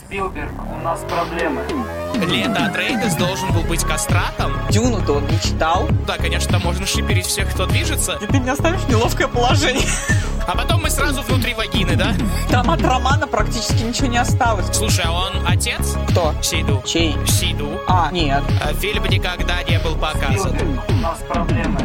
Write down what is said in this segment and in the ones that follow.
Спилберг, у нас проблемы. Лето Атрейдес должен был быть кастратом. Дюну-то он не читал. Да, конечно, там можно шиперить всех, кто движется. И ты меня ставишь в неловкое положение. А потом мы сразу внутри вагины, да? Там от романа практически ничего не осталось. Слушай, а он отец? Кто? Сейду. Чей? Сейду. Нет. Фильм никогда не был показан. Спилберг, у нас проблемы.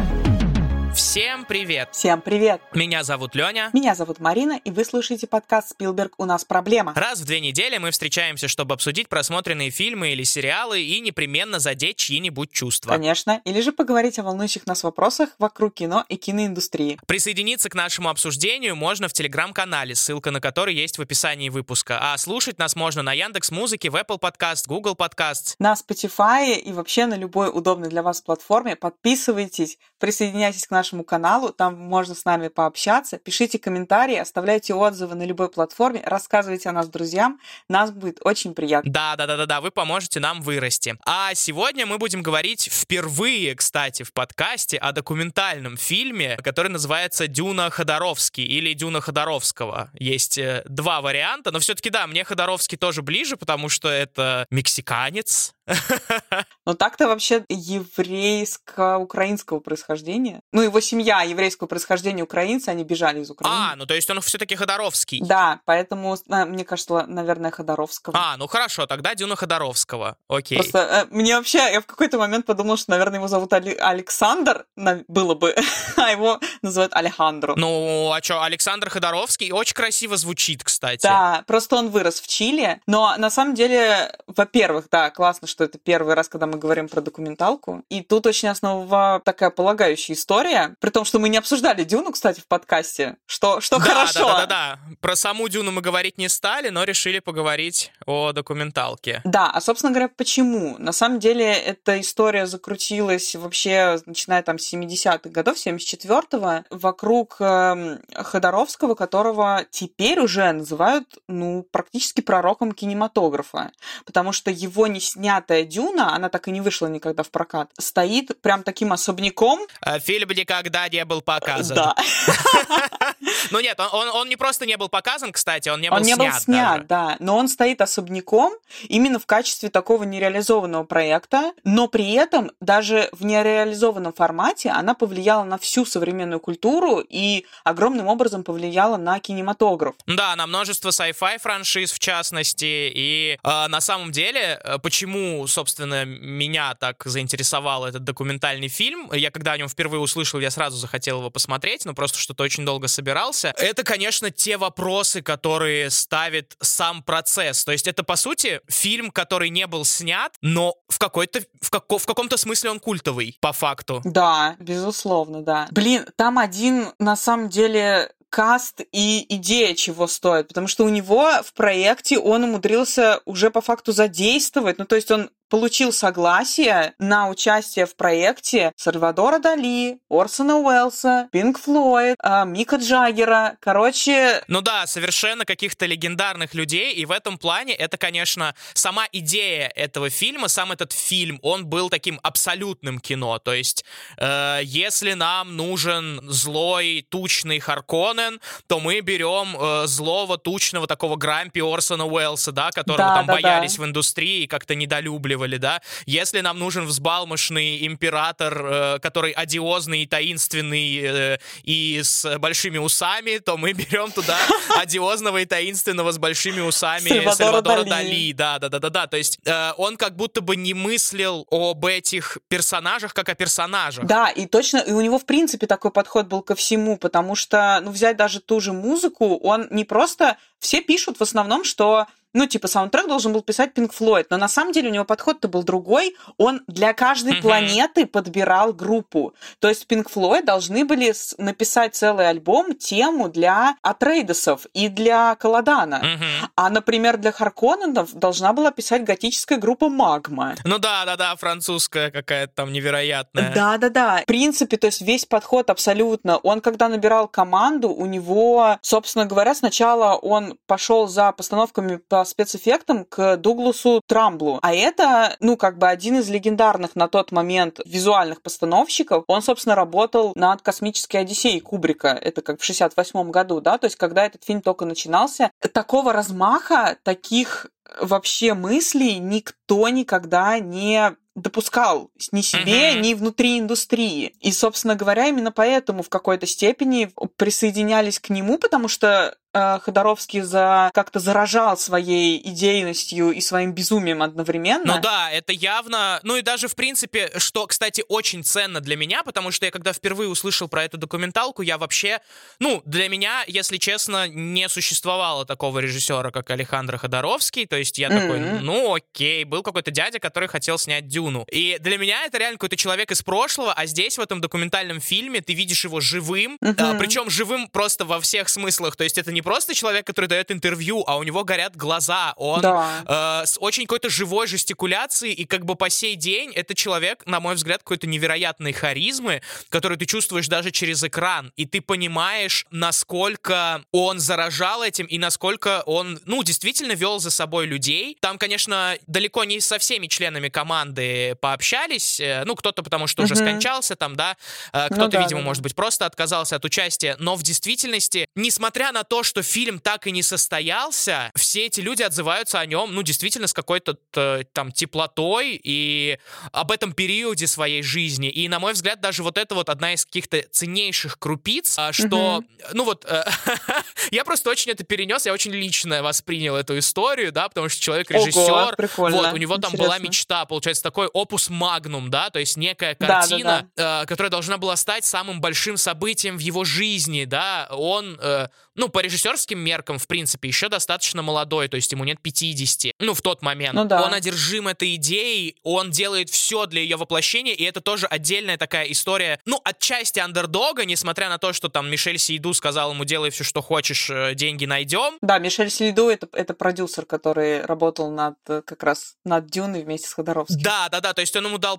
Всем привет! Всем привет. Меня зовут Леня. Меня зовут Марина, и вы слушаете подкаст «Спилберг, у нас проблема». Раз в 2 недели мы встречаемся, чтобы обсудить просмотренные фильмы или сериалы и непременно задеть чьи-нибудь чувства. Конечно. Или же поговорить о волнующих нас вопросах вокруг кино и киноиндустрии. Присоединиться к нашему обсуждению можно в Телеграм-канале, ссылка на который есть в описании выпуска. А слушать нас можно на Яндекс.Музыке, в Apple Podcast, Google Podcast. На Spotify и вообще на любой удобной для вас платформе. Подписывайтесь, присоединяйтесь к нашему каналу, там можно с нами пообщаться. Пишите комментарии, оставляйте отзывы на любой платформе, рассказывайте о нас друзьям. Нас будет очень приятно. Да, вы поможете нам вырасти. А сегодня мы будем говорить впервые, кстати, в подкасте о документальном фильме, который называется «Дюна Ходоровский» или «Дюна Ходоровского». Есть два варианта, но все-таки да, мне Ходоровский тоже ближе, потому что это мексиканец. Но так-то вообще еврейско-украинского происхождения. Ну, его семья еврейского происхождения украинцы, они бежали из Украины. Ну то есть он все-таки Ходоровский. Да, поэтому, мне кажется, наверное, Ходоровского. Ну хорошо, тогда Дюна Ходоровского. Окей. Просто мне вообще, я в какой-то момент подумала, что, наверное, его зовут Александр, было бы, а его называют Алехандро. Ну, а что, Александр Ходоровский очень красиво звучит, кстати. Да, просто он вырос в Чили, но на самом деле, во-первых, да, классно, что это первый раз, когда мы говорим про документалку, и тут очень основополагающая история, при том, что мы не обсуждали Дюну, кстати, в подкасте, что хорошо. Да. Про саму Дюну мы говорить не стали, но решили поговорить о документалке. Да, а, собственно говоря, почему? На самом деле, эта история закрутилась вообще, начиная там с 70-х годов, 74-го, вокруг Ходоровского, которого теперь уже называют, практически пророком кинематографа, потому что его неснятая Дюна, она так и не вышла никогда в прокат, стоит прям таким особняком. Фильм никогда не был показан. Да. Ну нет, он не просто не был показан, кстати, он не был снят, да, но он стоит особняком именно в качестве такого нереализованного проекта, но при этом даже в нереализованном формате она повлияла на всю современную культуру и огромным образом повлияла на кинематограф. Да, на множество sci-fi франшиз, в частности, и на самом деле, почему, собственно, меня так заинтересовал этот документальный фильм, я когда о нем впервые услышал, я сразу захотел его посмотреть, но просто что-то очень долго собирался. Это, конечно, те вопросы, которые ставит сам процесс. То есть это, по сути, фильм, который не был снят, но в каком-то смысле он культовый, по факту. Да, безусловно, да. Там один, на самом деле, каст и идея чего стоит, потому что у него в проекте он умудрился уже по факту задействовать, то есть он получил согласие на участие в проекте Сальвадора Дали, Орсона Уэллса, Пинк Флойд, Мика Джаггера. Ну да, совершенно каких-то легендарных людей, и в этом плане это, конечно, сама идея этого фильма, сам этот фильм, он был таким абсолютным кино, то есть если нам нужен злой, тучный Харконнен, то мы берем злого, тучного такого Грампи Орсона Уэллса, да, которого боялись в индустрии и как-то недолюбливали. Да? Если нам нужен взбалмошный император, который одиозный, таинственный и с большими усами, то мы берем туда одиозного и таинственного с большими усами Сальвадора Дали. Да. То есть он как будто бы не мыслил об этих персонажах, как о персонажах. Да, и точно, и у него, в принципе, такой подход был ко всему, потому что, взять даже ту же музыку, он не просто... Все пишут в основном, что саундтрек должен был писать Пинк Флойд, но на самом деле у него подход-то был другой. Он для каждой планеты подбирал группу. То есть Пинк Флойд должны были написать целый альбом, тему для Атрейдесов и для Каладана. А, например, для Харконненов должна была писать готическая группа Магма. Да, французская какая-то там невероятная. Да. В принципе, то есть весь подход абсолютно. Он, когда набирал команду, у него, собственно говоря, сначала он пошел за постановками по спецэффектам к Дугласу Трамблу. А это, один из легендарных на тот момент визуальных постановщиков. Он, собственно, работал над «Космической Одиссеей» Кубрика. Это как в 68-м году, да, то есть когда этот фильм только начинался. Такого размаха, таких вообще мыслей никто никогда не допускал ни себе, ни внутри индустрии. И, собственно говоря, именно поэтому в какой-то степени присоединялись к нему, потому что Ходоровский как-то заражал своей идейностью и своим безумием одновременно. Ну да, это явно... Ну и даже, в принципе, что, кстати, очень ценно для меня, потому что я когда впервые услышал про эту документалку, я вообще... Ну, для меня, если честно, не существовало такого режиссера, как Алехандро Ходоровский. То есть я такой, ну окей, был какой-то дядя, который хотел снять «Дюну». И для меня это реально какой-то человек из прошлого, а здесь, в этом документальном фильме, ты видишь его живым, причем живым просто во всех смыслах. То есть это не просто человек, который дает интервью, а у него горят глаза. Он с очень какой-то живой жестикуляцией, и как бы по сей день это человек, на мой взгляд, какой-то невероятной харизмы, которую ты чувствуешь даже через экран, и ты понимаешь, насколько он заражал этим, и насколько он, ну, действительно вел за собой людей. Там, конечно, далеко не со всеми членами команды пообщались, ну, кто-то потому что уже скончался там, да, кто-то, видимо, может быть, просто отказался от участия, но в действительности, несмотря на то, что фильм так и не состоялся, все эти люди отзываются о нем, ну, действительно, с какой-то там теплотой и об этом периоде своей жизни. И, на мой взгляд, даже вот это вот одна из каких-то ценнейших крупиц, что, ну вот, я просто очень это перенес, я очень лично воспринял эту историю, да, потому что человек-режиссер, вот, у него там была мечта, получается, такой опус магнум, да, то есть некая картина, которая должна была стать самым большим событием в его жизни, да, он, ну, по режиссерским меркам, в принципе, еще достаточно молодой, то есть ему нет 50, ну, в тот момент. Ну, да. Он одержим этой идеей, он делает все для ее воплощения, и это тоже отдельная такая история, ну, отчасти андердога, несмотря на то, что там Мишель Сейду сказал ему, делай все, что хочешь, деньги найдем. Да, Мишель Сейду это продюсер, который работал как раз над «Дюной» вместе с Ходоровским. Да, то есть он ему дал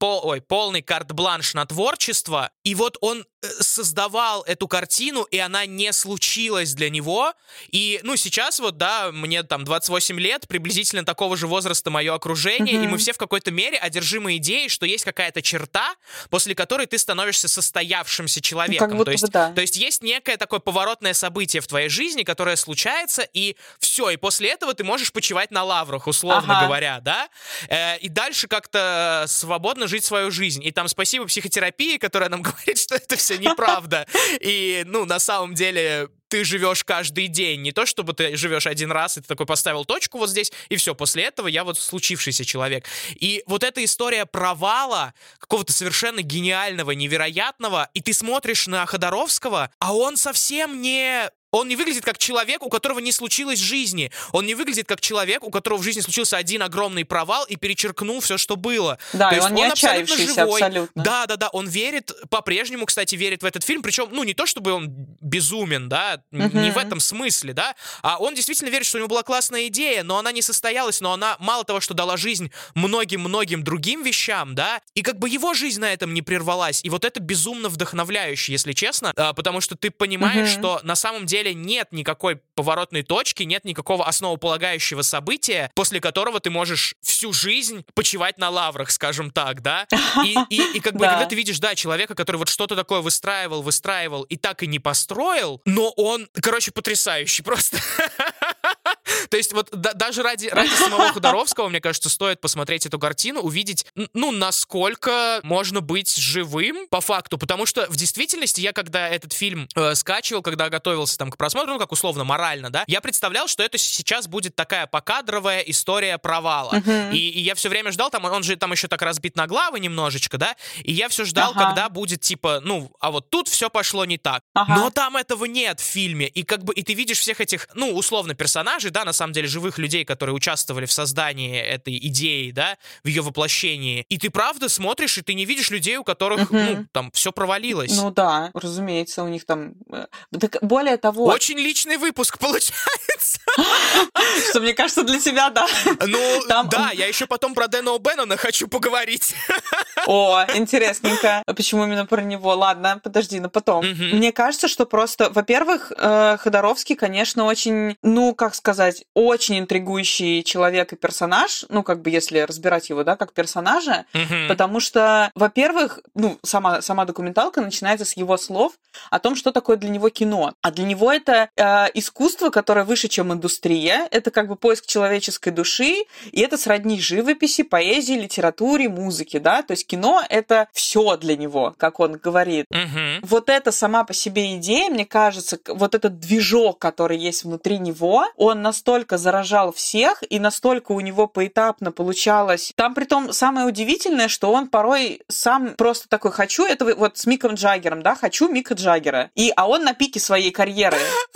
полный карт-бланш на творчество, и вот он создавал эту картину, и она не случилась для него. И, ну, сейчас вот, да, мне там 28 лет, приблизительно такого же возраста мое окружение, и мы все в какой-то мере одержимы идеей, что есть какая-то черта, после которой ты становишься состоявшимся человеком. Как будто то есть есть некое такое поворотное событие в твоей жизни, которое случается, и все, и после этого ты можешь почивать на лаврах, условно говоря, да? И дальше как-то свободно жить свою жизнь. И там спасибо психотерапии, которая нам говорит, что это все неправда. И, ну, на самом деле, ты живешь каждый день. Не то, чтобы ты живешь один раз, и ты такой поставил точку вот здесь, и все, после этого я вот случившийся человек. И вот эта история провала, какого-то совершенно гениального, невероятного, и ты смотришь на Ходоровского, а он совсем не... Он не выглядит как человек, у которого не случилось жизни. Он не выглядит как человек, у которого в жизни случился один огромный провал и перечеркнул все, что было. Да, то и есть он не отчаявшийся абсолютно. Да, он верит, по-прежнему, кстати, верит в этот фильм, причем, ну, не то, чтобы он безумен, да, не в этом смысле, да, а он действительно верит, что у него была классная идея, но она не состоялась, но она мало того, что дала жизнь многим-многим другим вещам, да, и как бы его жизнь на этом не прервалась, и вот это безумно вдохновляюще, если честно, потому что ты понимаешь, что на самом деле нет никакой поворотной точки, нет никакого основополагающего события, после которого ты можешь всю жизнь почивать на лаврах, скажем так, да? И как бы, когда ты видишь, да, человека, который вот что-то такое выстраивал, и так и не построил, но он, короче, потрясающий просто. То есть вот даже ради самого Ходоровского, мне кажется, стоит посмотреть эту картину, увидеть, ну, насколько можно быть живым по факту, потому что в действительности я, когда этот фильм скачивал, когда готовился там к просмотру, ну, как условно, морально, да, я представлял, что это сейчас будет такая покадровая история провала. И я все время ждал, там, он же там еще так разбит на главы немножечко, да, и я все ждал, когда будет типа, ну, а вот тут все пошло не так. Но там этого нет в фильме, и как бы, и ты видишь всех этих, ну, условно, персонажей, да, на самом деле живых людей, которые участвовали в создании этой идеи, да, в ее воплощении. И ты правда смотришь, и ты не видишь людей, у которых, ну, там, все провалилось. Ну да, разумеется, у них там... Так, более того... Очень личный выпуск получается. Что, мне кажется, для тебя, да. Ну, да, я еще потом про Дэна О'Беннона хочу поговорить. О, интересненько. Почему именно про него? Ладно, подожди, но потом. Мне кажется, что просто, во-первых, Ходоровский, конечно, очень, ну, как сказать, очень интригующий человек и персонаж, ну, как бы, если разбирать его, да, как персонажа, потому что, во-первых, ну, сама документалка начинается с его слов о том, что такое для него кино. А для него это искусство, которое выше, чем индустрия, это как бы поиск человеческой души, и это сродни живописи, поэзии, литературе, музыке, да, то есть кино — это все для него, как он говорит. Вот эта сама по себе идея, мне кажется, вот этот движок, который есть внутри него, он настолько заражал всех, и настолько у него поэтапно получалось. Там, притом, самое удивительное, что он порой сам просто такой: хочу, это вот с Миком Джаггером, да, хочу Мика Джаггера. А он на пике своей карьеры.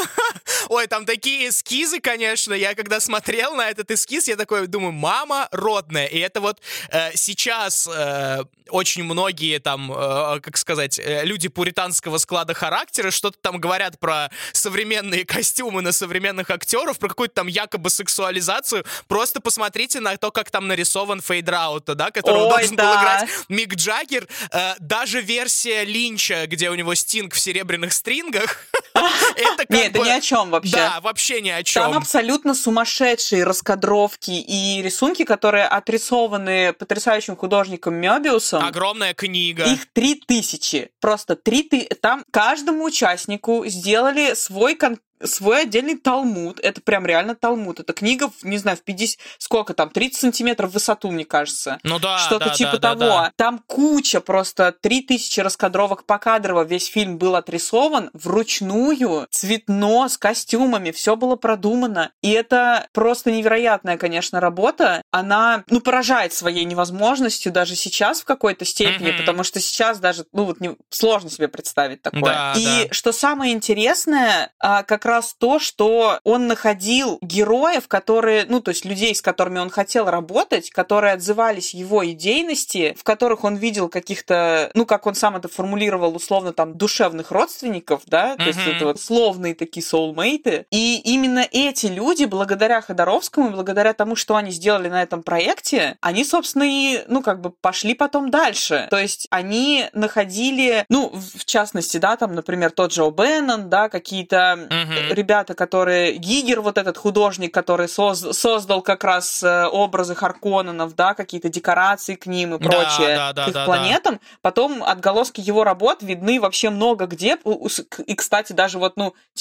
Ой, там такие эскизы, конечно. Я когда смотрел на этот эскиз, я такой думаю, мама родная. И это вот сейчас очень многие там, как сказать, люди пуританского склада характера что-то там говорят про современные костюмы на современных актеров, про какую-то там якобы сексуализацию. Просто посмотрите на то, как там нарисован фейдраут, да, которого должен был играть Мик Джаггер. Даже версия Линча, где у него Стинг в серебряных стрингах, это как Нет, бы... это ни о чем вообще. Да, вообще ни о чем. Там абсолютно сумасшедшие раскадровки и рисунки, которые отрисованы потрясающим художником Мёбиусом. Огромная книга. Их 3000. Просто 3000. Там каждому участнику сделали свой отдельный талмуд. Это прям реально талмуд. Это книга, не знаю, в 50... Сколько там? 30 сантиметров в высоту, мне кажется. Ну да, что-то да, типа да, того. Да. Там куча, просто 3000 раскадровок покадрово. Весь фильм был отрисован вручную, цветно, с костюмами. Все было продумано. И это просто невероятная, конечно, работа. Она, поражает своей невозможностью даже сейчас в какой-то степени, потому что сейчас даже, сложно себе представить такое. Да, и что самое интересное, как раз то, что он находил героев, которые, то есть людей, с которыми он хотел работать, которые отзывались его идейности, в которых он видел каких-то, как он сам это формулировал, условно, там, душевных родственников, да, то есть это вот условные такие соулмейты. И именно эти люди, благодаря Ходоровскому, благодаря тому, что они сделали на этом проекте, они, собственно, и, пошли потом дальше. То есть они находили, в частности, да, там, например, тот же О'Беннон, да, какие-то ребята, которые... Гигер, вот этот художник, который создал как раз образы Харконненов, да, какие-то декорации к ним и прочее, к их планетам. Да. Потом отголоски его работ видны вообще много где. И, кстати, даже вот,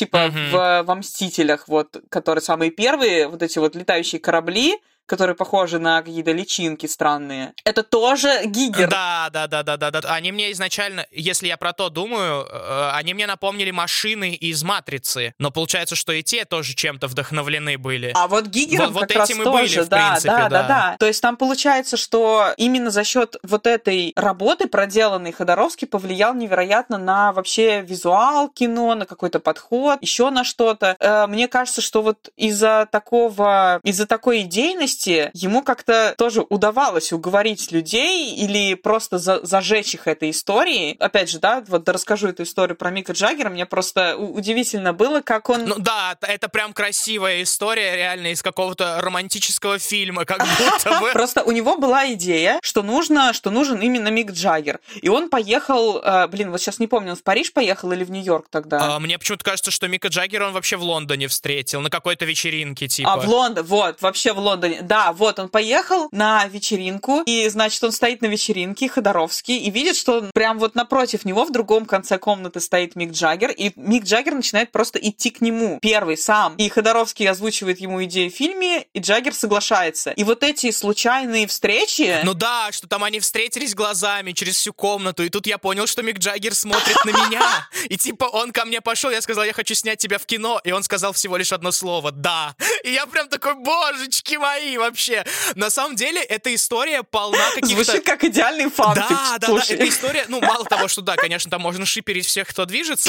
во «Мстителях», вот, которые самые первые, вот эти вот летающие корабли, которые похожи на какие-то личинки странные. Это тоже Гигер. Да. Они мне изначально, если я про то думаю, они мне напомнили машины из «Матрицы». Но получается, что и те тоже чем-то вдохновлены были. А вот Гигером вот как раз этим и тоже. были, в принципе, Да. То есть там получается, что именно за счет вот этой работы, проделанной, Ходоровский повлиял невероятно на вообще визуал кино, на какой-то подход, еще на что-то. Мне кажется, что вот из-за такой идейности ему как-то тоже удавалось уговорить людей или просто зажечь их этой историей. Опять же, да, вот расскажу эту историю про Мика Джаггера. Мне просто удивительно было, как он... Это прям красивая история, реально, из какого-то романтического фильма, как будто бы. Просто у него была идея, что нужен именно Мик Джаггер. И он поехал... вот сейчас не помню, он в Париж поехал или в Нью-Йорк тогда? Мне почему-то кажется, что Мика Джаггера он вообще в Лондоне встретил, на какой-то вечеринке, типа. В Лондоне, вообще в Лондоне. Да, вот он поехал на вечеринку, и, значит, он стоит на вечеринке, Ходоровский, и видит, что прям вот напротив него в другом конце комнаты стоит Мик Джаггер, и Мик Джаггер начинает просто идти к нему, первый, сам. И Ходоровский озвучивает ему идею в фильме, и Джаггер соглашается. И вот эти случайные встречи... что там они встретились глазами через всю комнату, и тут я понял, что Мик Джаггер смотрит на меня. И типа он ко мне пошел, я сказал, я хочу снять тебя в кино, и он сказал всего лишь одно слово «да». И я прям такой, божечки мои, вообще. На самом деле, эта история полна каких-то... Звучит как идеальный фанфик. Да, эта история, мало того, что да, конечно, там можно шиперить всех, кто движется,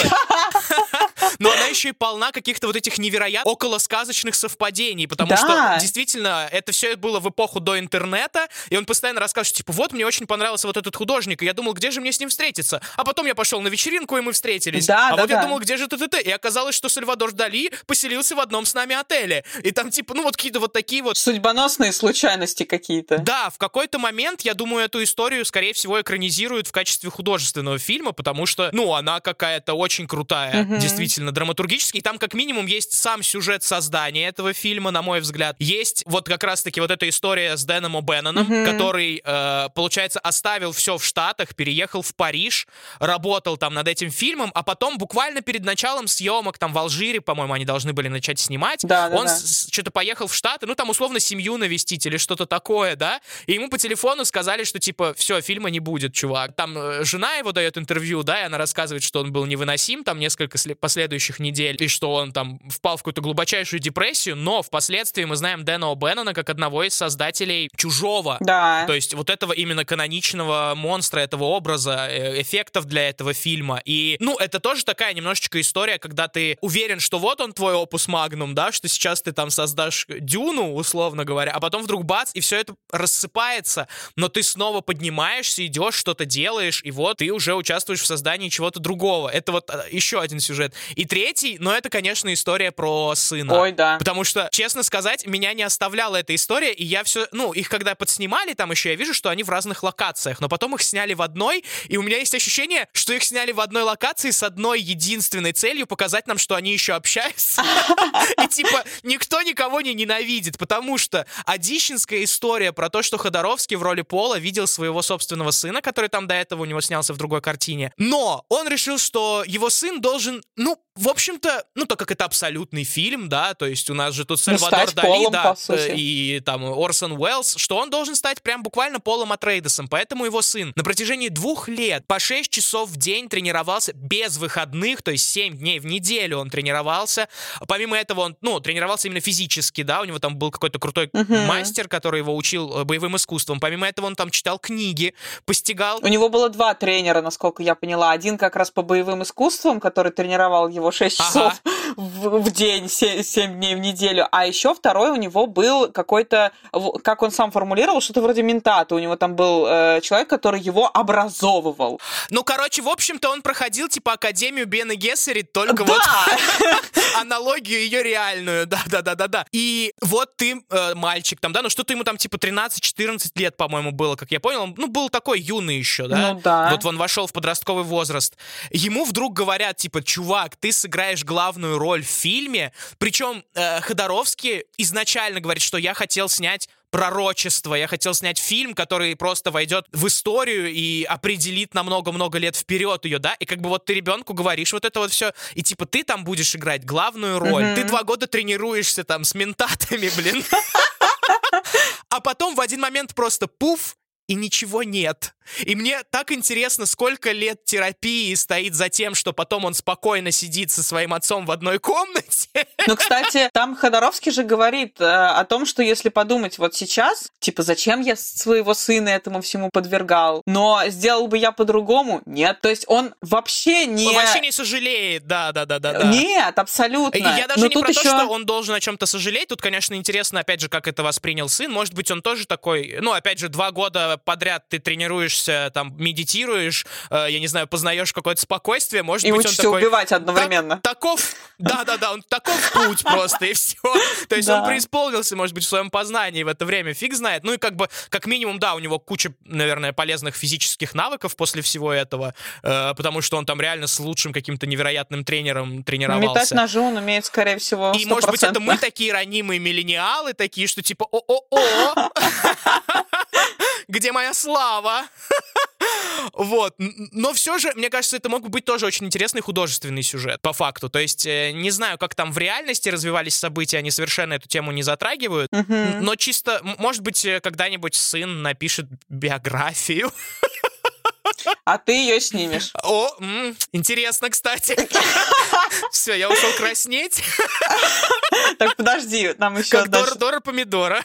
но она еще и полна каких-то вот этих невероятных околосказочных совпадений, потому что действительно это все было в эпоху до интернета, и он постоянно рассказывает, что, типа, вот мне очень понравился вот этот художник, и я думал, где же мне с ним встретиться? А потом я пошел на вечеринку, и мы встретились. Я думал, где же ты? И оказалось, что Сальвадор Дали поселился в одном с нами отеле. И там, типа, какие-то вот такие вот... Судьбоносные судьбоносные случайности какие-то. Да, в какой-то момент, я думаю, эту историю, скорее всего, экранизируют в качестве художественного фильма, потому что, ну, она какая-то очень крутая, действительно, драматургически. И там, как минимум, есть сам сюжет создания этого фильма, на мой взгляд. Есть вот как раз-таки вот эта история с Дэном О'Бенноном, который, получается, оставил все в Штатах, переехал в Париж, работал там над этим фильмом, а потом буквально перед началом съемок, там в Алжире, по-моему, они должны были начать снимать, он что-то поехал в Штаты, ну, там, условно, семью навестить или что-то такое, да, и ему по телефону сказали, что, типа, все, фильма не будет, чувак. Там жена его дает интервью, да, и она рассказывает, что он был невыносим там несколько последующих недель, и что он там впал в какую-то глубочайшую депрессию, но впоследствии мы знаем Дэна О'Беннона как одного из создателей «Чужого». Да. То есть вот этого именно каноничного монстра, этого образа, эффектов для этого фильма. И, ну, это тоже такая немножечко история, когда ты уверен, что вот он твой опус магнум, да, что сейчас ты там создашь Дюну, условно говоря, а потом вдруг бац, и все это рассыпается, но ты снова поднимаешься, идешь, что-то делаешь, и вот ты уже участвуешь в создании чего-то другого. Это вот еще один сюжет. И третий, но это, конечно, история про сына. Ой, да. Потому что, честно сказать, меня не оставляла эта история, и я все, ну, их когда подснимали, там еще я вижу, что они в разных локациях, но потом их сняли в одной, и у меня есть ощущение, что их сняли в одной локации с одной единственной целью показать нам, что они еще общаются. И типа никто никого не ненавидит, потому что одищенская история про то, что Ходоровский в роли Пола видел своего собственного сына, который там до этого у него снялся в другой картине, но он решил, что его сын должен, ну, в общем-то, ну, так как это абсолютный фильм, да, то есть у нас же тут Сальвадор Дали, да, и там Орсон Уэллс, что он должен стать прям буквально Полом Атрейдесом, поэтому его сын на протяжении 2 лет по 6 часов в день тренировался без выходных, то есть 7 дней в неделю он тренировался. Помимо этого он, ну, тренировался именно физически, да, у него там был какой-то крутой мастер, который его учил боевым искусствам. Помимо этого он там читал книги, постигал. У него было 2 тренера, насколько я поняла. Один как раз по боевым искусствам, который тренировал его 6 часов в день, 7 дней в неделю. А еще второй у него был какой-то, как он сам формулировал, что-то вроде ментата. У него там был человек, который его образовывал. Ну, короче, в общем-то, он проходил, типа, Академию Бене Гессерит, только да! вот аналогию ее реальную, да. И вот ты, мальчик там, да, ну что-то ему там, типа, 13-14 лет, по-моему, было, как я понял. Он, ну, был такой юный еще, да? Ну, да. Вот он вошел в подростковый возраст. Ему вдруг говорят, типа, чувак, ты сыграешь главную роль в фильме. Причем Ходоровский изначально говорит, что я хотел снять пророчество. Я хотел снять фильм, который просто войдет в историю и определит на много-много лет вперед ее, да? И как бы вот ты ребенку говоришь вот это вот все, и типа ты там будешь играть главную роль. Ты 2 года тренируешься там с ментатами, блин. А потом в один момент просто пуф, и ничего нет. И мне так интересно, сколько лет терапии стоит за тем, что потом он спокойно сидит со своим отцом в одной комнате. Ну, кстати, там Ходоровский же говорит о том, что если подумать вот сейчас, типа, зачем я своего сына этому всему подвергал? Но сделал бы я по-другому? Нет. То есть он вообще не... Он вообще не сожалеет, да. Нет, абсолютно. И я даже но не тут про то, еще... что он должен о чем-то сожалеть. Тут, конечно, интересно, опять же, как это воспринял сын. Может быть, он тоже такой... Ну, опять же, 2 года подряд ты тренируешься, там, медитируешь, я не знаю, познаешь какое-то спокойствие, может и быть, он такой... И учишься убивать одновременно. Таков, да, он таков путь просто, и все. То есть он преисполнился, может быть, в своем познании в это время, фиг знает. Ну и как бы, как минимум, да, у него куча, наверное, полезных физических навыков после всего этого, потому что он там реально с лучшим каким-то невероятным тренером тренировался. Метать ножи он умеет, скорее всего, 100%. И, может быть, это мы такие ранимые миллениалы, такие, что типа, о-о-о, где моя слава? Вот. Но все же, мне кажется, это мог бы быть тоже очень интересный художественный сюжет, по факту. То есть, не знаю, как там в реальности развивались события, они совершенно эту тему не затрагивают, но чисто, может быть, когда-нибудь сын напишет биографию. А ты ее снимешь. О, интересно, кстати. Все, я ушел краснеть. Так, подожди, нам еще... Как Дора Помидора.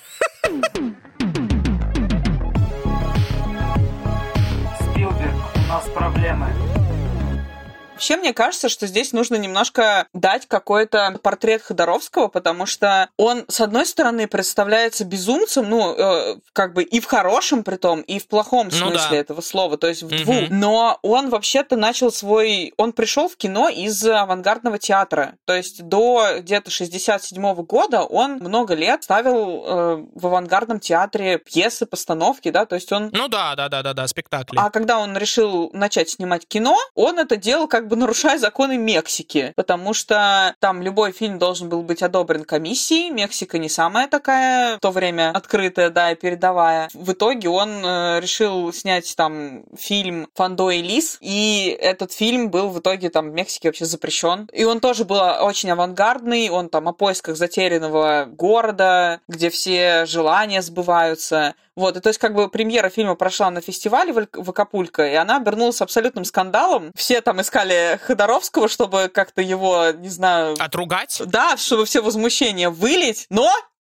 Спилберг, у нас проблемы. Вообще, мне кажется, что здесь нужно немножко дать какой-то портрет Ходоровского, потому что он, с одной стороны, представляется безумцем, как бы и в хорошем притом, и в плохом смысле этого слова, то есть в двух. Но он вообще-то он пришел в кино из авангардного театра, то есть до где-то 67-го года он много лет ставил в авангардном театре пьесы, постановки, да, то есть он... Да, спектакли. А когда он решил начать снимать кино, он это делал как бы нарушая законы Мексики, потому что там любой фильм должен был быть одобрен комиссией, Мексика не самая такая в то время открытая, да, и передовая. В итоге он решил снять там фильм «Фандо и Лис», и этот фильм был в итоге там в Мексике вообще запрещен. И он тоже был очень авангардный, он там о поисках затерянного города, где все желания сбываются. Вот, и то есть как бы премьера фильма прошла на фестивале в Акапулько, и она обернулась абсолютным скандалом. Все там искали Ходоровского, чтобы как-то его, не знаю... Отругать? Да, чтобы все возмущения вылить, но...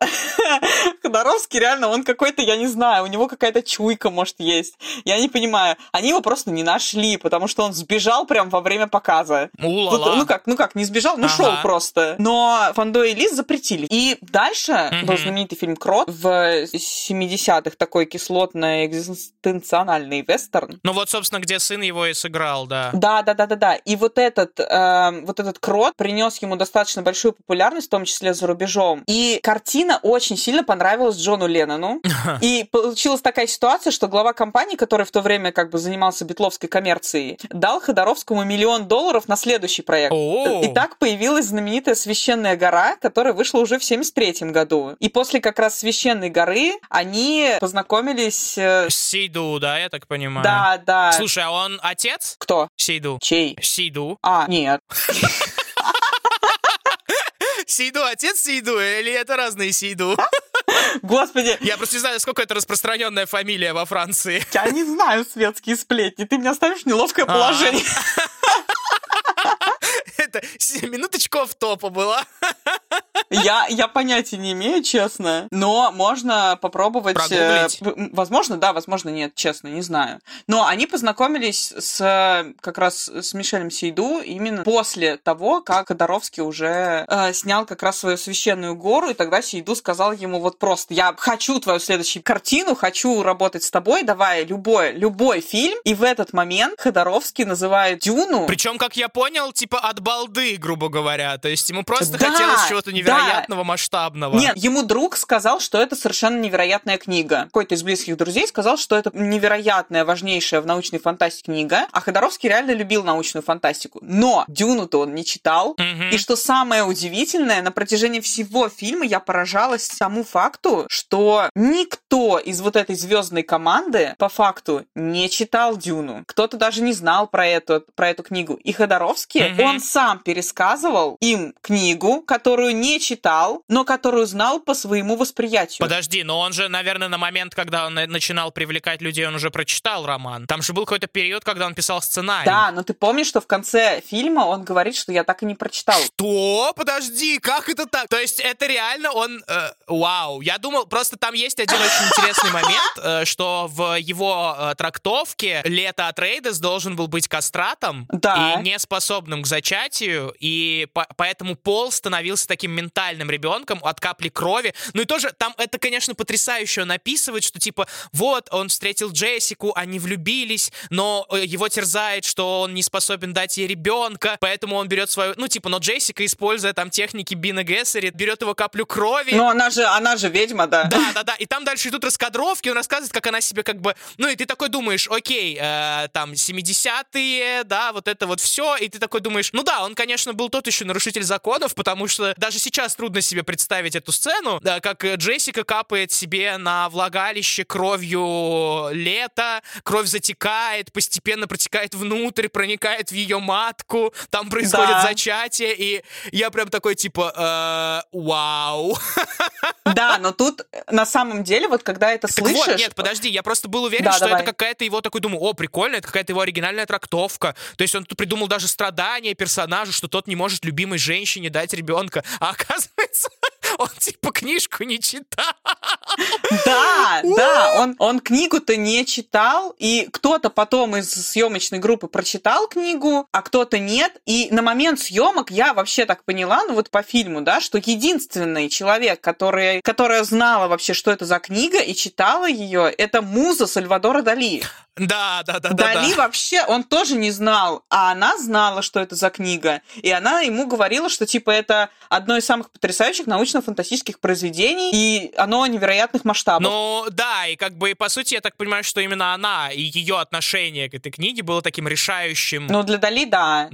Ходоровский реально, он какой-то, я не знаю, у него какая-то чуйка, может, есть. Я не понимаю. Они его просто не нашли, потому что он сбежал прям во время показа. Ну как, не сбежал, шел просто. Но Фандо и Лис запретили. И дальше был знаменитый фильм «Крот» в 70-х, такой кислотно-экзистенциональный вестерн. Ну вот, собственно, где сын его и сыграл, да. Да. И вот этот «Крот» принес ему достаточно большую популярность, в том числе за рубежом. И картина очень сильно понравилась Джону Леннону. И получилась такая ситуация, что глава компании, который в то время как бы занимался битловской коммерцией, дал Ходоровскому $1 миллион на следующий проект. И так появилась знаменитая «Священная гора», которая вышла уже в 1973 году. И после как раз «Священной горы» они познакомились... С Сейду, да, я так понимаю? Да. Слушай, а он отец? Кто? Сейду. Чей? Сейду. Нет. Сейду отец Сейду, или это разные Сейду? Господи. Я просто не знаю, насколько это распространенная фамилия во Франции. Я не знаю светские сплетни. Ты меня ставишь в неловкое положение. Это минуточку офф-топа была. Я понятия не имею, честно, но можно попробовать... Прогуглить. Возможно, да, возможно, нет, честно, не знаю. Но они познакомились как раз с Мишелем Сейду именно после того, как Ходоровский уже снял как раз свою «Священную гору», и тогда Сейду сказал ему вот просто: я хочу твою следующую картину, хочу работать с тобой, давай любой фильм. И в этот момент Ходоровский называет «Дюну». Причем, как я понял, типа от балды, грубо говоря. То есть ему просто хотелось чего-то невероятного, масштабного. Нет, ему друг сказал, что это совершенно невероятная книга. Какой-то из близких друзей сказал, что это невероятная, важнейшая в научной фантастике книга. А Ходоровский реально любил научную фантастику. Но «Дюну»-то он не читал. И что самое удивительное, на протяжении всего фильма я поражалась тому факту, что никто из вот этой звездной команды по факту не читал «Дюну». Кто-то даже не знал про эту книгу. И Ходоровский, он сам пересказывал им книгу, которую не читал, но которую знал по своему восприятию. Подожди, но он же, наверное, на момент, когда он начинал привлекать людей, он уже прочитал роман. Там же был какой-то период, когда он писал сценарий. Да, но ты помнишь, что в конце фильма он говорит, что я так и не прочитал. Что? Подожди, как это так? То есть это реально он... вау. Я думал, просто там есть один очень интересный момент, что в его трактовке Лето Атрейдес должен был быть кастратом и неспособным к зачатию, и поэтому Пол становился таким ментальным ребенком от капли крови. Ну и тоже там это, конечно, потрясающе он описывает, что типа вот он встретил Джессику, они влюбились, но его терзает, что он не способен дать ей ребенка, поэтому он берет свою... Ну типа, но Джессика, используя там техники Бина Гессерит, берет его каплю крови. Ну она же ведьма, да. Да. И там дальше идут раскадровки, он рассказывает, как она себе как бы... Ну и ты такой думаешь, окей, там 70-е, да, вот это вот все, и ты такой думаешь, ну да, он, конечно, был тот еще нарушитель законов, потому что даже сейчас трудно себе представить эту сцену, да, как Джессика капает себе на влагалище кровью Лето, кровь затекает, постепенно протекает внутрь, проникает в ее матку, там происходит зачатие, и я прям такой типа, вау. Да, но тут на самом деле, вот когда это слышишь... Вот, нет, подожди, я просто был уверен, что это какая-то его такой, думаю, о, прикольно, это какая-то его оригинальная трактовка. То есть он тут придумал даже страдания персонажа, что тот не может любимой женщине дать ребенка. А оказывается, он типа книжку не читал. Да, он книгу-то не читал, и кто-то потом из съемочной группы прочитал книгу, а кто-то нет. И на момент съемок я вообще так поняла, ну вот по фильму, да, что единственный человек, которая знала вообще, что это за книга и читала ее, это муза Сальвадора Дали. Да. Дали вообще, он тоже не знал, а она знала, что это за книга. И она ему говорила, что типа это одно из самых потрясающих научно-фантастических произведений, и оно невероятных масштабов. Ну, да, и как бы, по сути, я так понимаю, что именно она и ее отношение к этой книге было таким решающим... Ну, для Дали, да.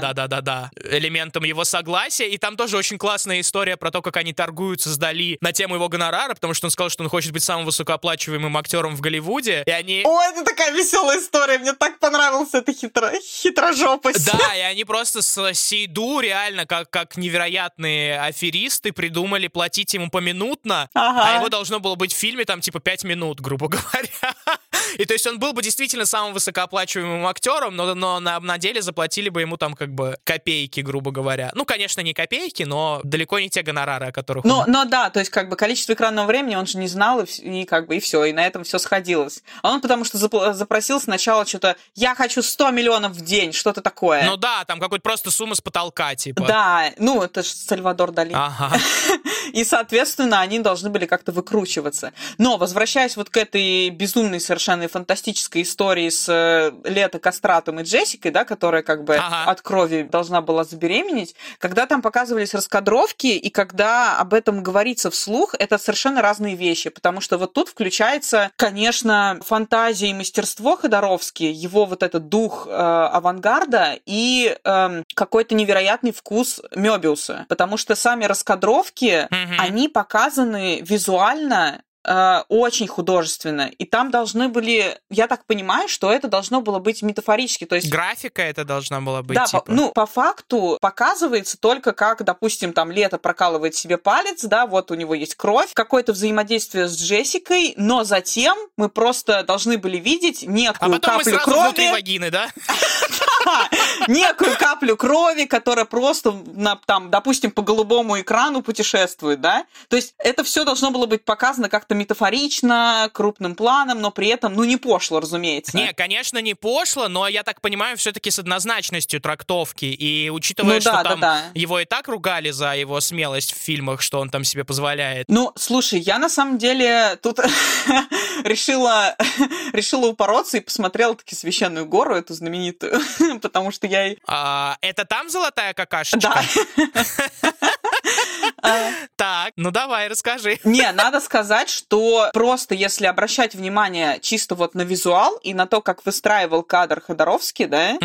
Да. Элементом его согласия. И там тоже очень классная история про то, как они торгуются с Дали на тему его гонорара, потому что он сказал, что он хочет быть самым высокооплачиваемым актером в Голливуде, и они... Ой, это такая веселая история, мне так понравилась эта хитрожопость. Да, и они просто с Сейду реально, как невероятные аферисты, придумали платить ему поминутно, а его должно было быть в фильме там типа 5 минут, грубо говоря. И то есть он был бы действительно самым высокооплачиваемым актером, но на деле заплатили бы ему там как бы копейки, грубо говоря. Ну, конечно, не копейки, но далеко не те гонорары, о которых но да, то есть как бы количество экранного времени он же не знал, и как бы и все, и на этом все сходилось. А он потому что запросил сначала что-то, я хочу 100 миллионов в день, что-то такое. Ну да, там какой-то просто сумма с потолка, типа. Да, ну это же Сальвадор Дали. Ага. И, соответственно, они должны были как-то выкручиваться. Но, возвращаясь вот к этой безумной, совершенно фантастической истории с Лето, Кастратом и Джессикой, да, которая как бы от крови должна была забеременеть, когда там показывались раскадровки, и когда об этом говорится вслух, это совершенно разные вещи, потому что вот тут включается, конечно, фантазия и мастерство Ходоровски, его вот этот дух авангарда и какой-то невероятный вкус Мёбиуса, потому что сами раскадровки, они показаны визуально очень художественно. И там должны были... Я так понимаю, что это должно было быть метафорически. То есть... Графика это должна была быть, да, типа. по факту показывается только как, допустим, там Лето прокалывает себе палец, да, вот у него есть кровь, какое-то взаимодействие с Джессикой, но затем мы просто должны были видеть некую каплю крови. Внутри вагины, да? Некую каплю крови, которая просто, там, допустим, по голубому экрану путешествует, да? То есть это все должно было быть показано как-то метафорично, крупным планом, но при этом, не пошло, разумеется. Не, конечно, не пошло, но, я так понимаю, все-таки с однозначностью трактовки. И учитывая, что там его и так ругали за его смелость в фильмах, что он там себе позволяет. Ну, слушай, я на самом деле тут решила упороться и посмотрела таки «Священную гору», эту знаменитую, потому что я... Это там золотая какашечка? Да. Так, ну давай, расскажи. Не, надо сказать, что просто если обращать внимание чисто вот на визуал и на то, как выстраивал кадр Ходоровский, да,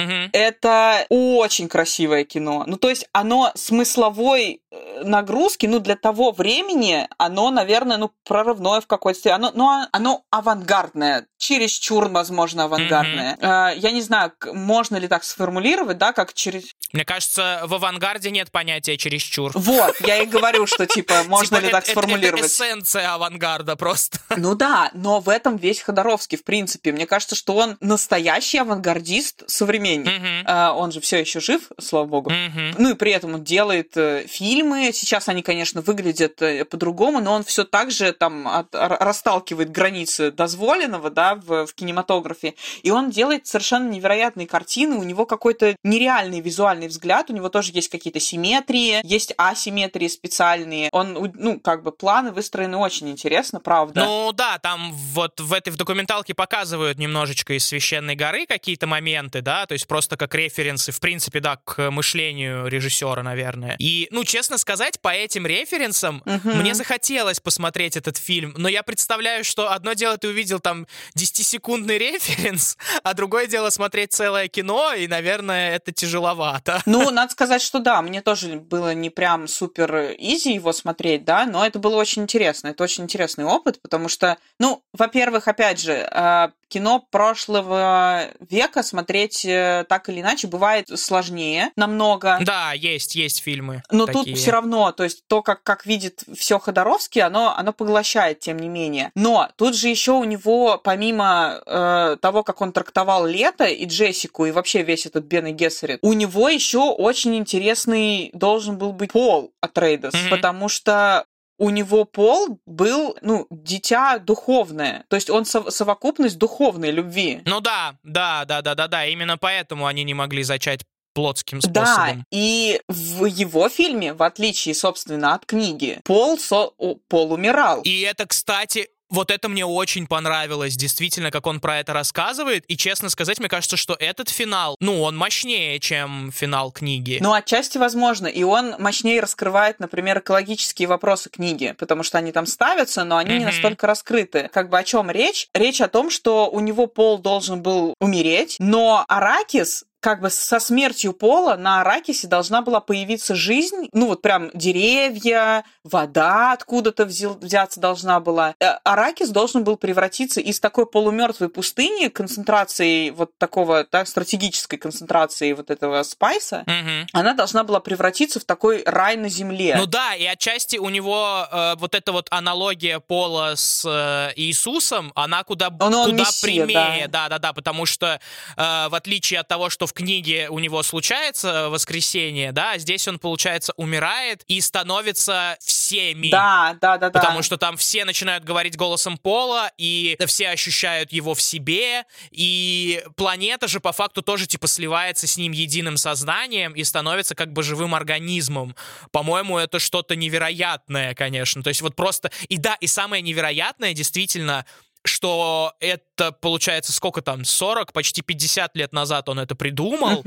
это очень красивое кино. Ну, то есть оно смысловой нагрузки, для того времени, оно, наверное, прорывное в какой-то степени. Оно авангардное, чересчур, возможно, авангардное. Я не знаю, можно ли так сформулировать, да, как через... Мне кажется, в авангарде нет понятия чересчур. Вот, я и говорю, что, можно ли так сформулировать. Это эссенция авангарда просто. Ну да, но в этом весь Ходоровский, в принципе. Мне кажется, что он настоящий авангардист, современник. Он же все еще жив, слава богу. Ну и при этом он делает фильмы. Сейчас они, конечно, выглядят по-другому, но он все так же там расталкивает границы дозволенного, да, в кинематографе. И он делает совершенно невероятные картины. У него какой-то нереальный визуальный взгляд. У него тоже есть какие-то симметрии, есть асимметрии специальные. Он, планы выстроены очень интересно, правда. Ну да, там вот в документалке показывают немножечко из «Священной горы» какие-то моменты, да, то есть просто как референсы, в принципе, да, к мышлению режиссера, наверное. И, честно сказать, по этим референсам мне захотелось посмотреть этот фильм, но я представляю, что одно дело ты увидел там 10-секундный референс, а другое дело смотреть целое кино, и, наверное, это тяжеловато. Ну, надо сказать, что да, мне тоже было не прям супер изи его смотреть, да, но это было очень интересно. Это очень интересный опыт, потому что, во-первых, опять же, кино прошлого века смотреть так или иначе бывает сложнее намного. Да, есть фильмы. Но такие. Тут все равно, то есть то, как видит все Ходоровский, оно поглощает, тем не менее. Но тут же еще у него, помимо того, как он трактовал Лето и Джессику, и вообще весь этот Бен и Гессерит, у него еще очень интересный должен был быть Пол Атрейдес, потому что у него Пол был, ну, дитя духовное. То есть он совокупность духовной любви. Ну да, именно поэтому они не могли зачать плотским способом. Да, и в его фильме, в отличие, собственно, от книги, Пол умирал. И это, кстати, вот это мне очень понравилось, действительно, как он про это рассказывает, и, честно сказать, мне кажется, что этот финал, ну, он мощнее, чем финал книги. Ну, отчасти возможно, и он мощнее раскрывает, например, экологические вопросы книги, потому что они там ставятся, но они не настолько раскрыты. Как бы о чем речь? Речь о том, что у него Пол должен был умереть, но Аракис, как бы со смертью Пола на Аракисе должна была появиться жизнь, ну вот прям деревья, вода откуда-то взяться должна была. Аракис должен был превратиться из такой полумертвой пустыни концентрацией вот такого, да, стратегической концентрации вот этого спайса, она должна была превратиться в такой рай на земле. Ну да, и отчасти у него вот эта вот аналогия Пола с Иисусом, она куда мессия, прямее, да, потому что в отличие от того, что в книге у него случается воскресение, да, здесь он, получается, умирает и становится всеми. Да. Потому что там все начинают говорить голосом Пола, и все ощущают его в себе, и планета же по факту тоже типа сливается с ним единым сознанием и становится как бы живым организмом. По-моему, это что-то невероятное, конечно. То есть вот просто... И да, и самое невероятное, действительно, что это, получается, сколько там, 40, почти 50 лет назад он это придумал,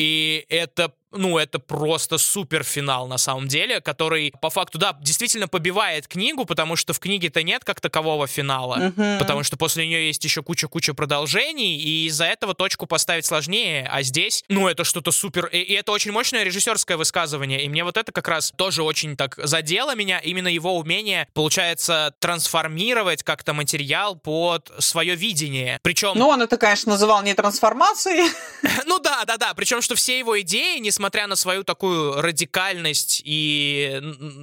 и это, ну, это просто суперфинал на самом деле, который, по факту, да, действительно побивает книгу, потому что в книге-то нет как такового финала, потому что после нее есть еще куча продолжений, и из-за этого точку поставить сложнее, а здесь, ну, это что-то супер, и это очень мощное режиссерское высказывание, и мне вот это как раз тоже очень так задело меня, именно его умение, получается, трансформировать как-то материал под свое видение. Причем... Ну, он это, конечно, называл не трансформацией. Ну да. Причем, что все его идеи, несмотря на свою такую радикальность и,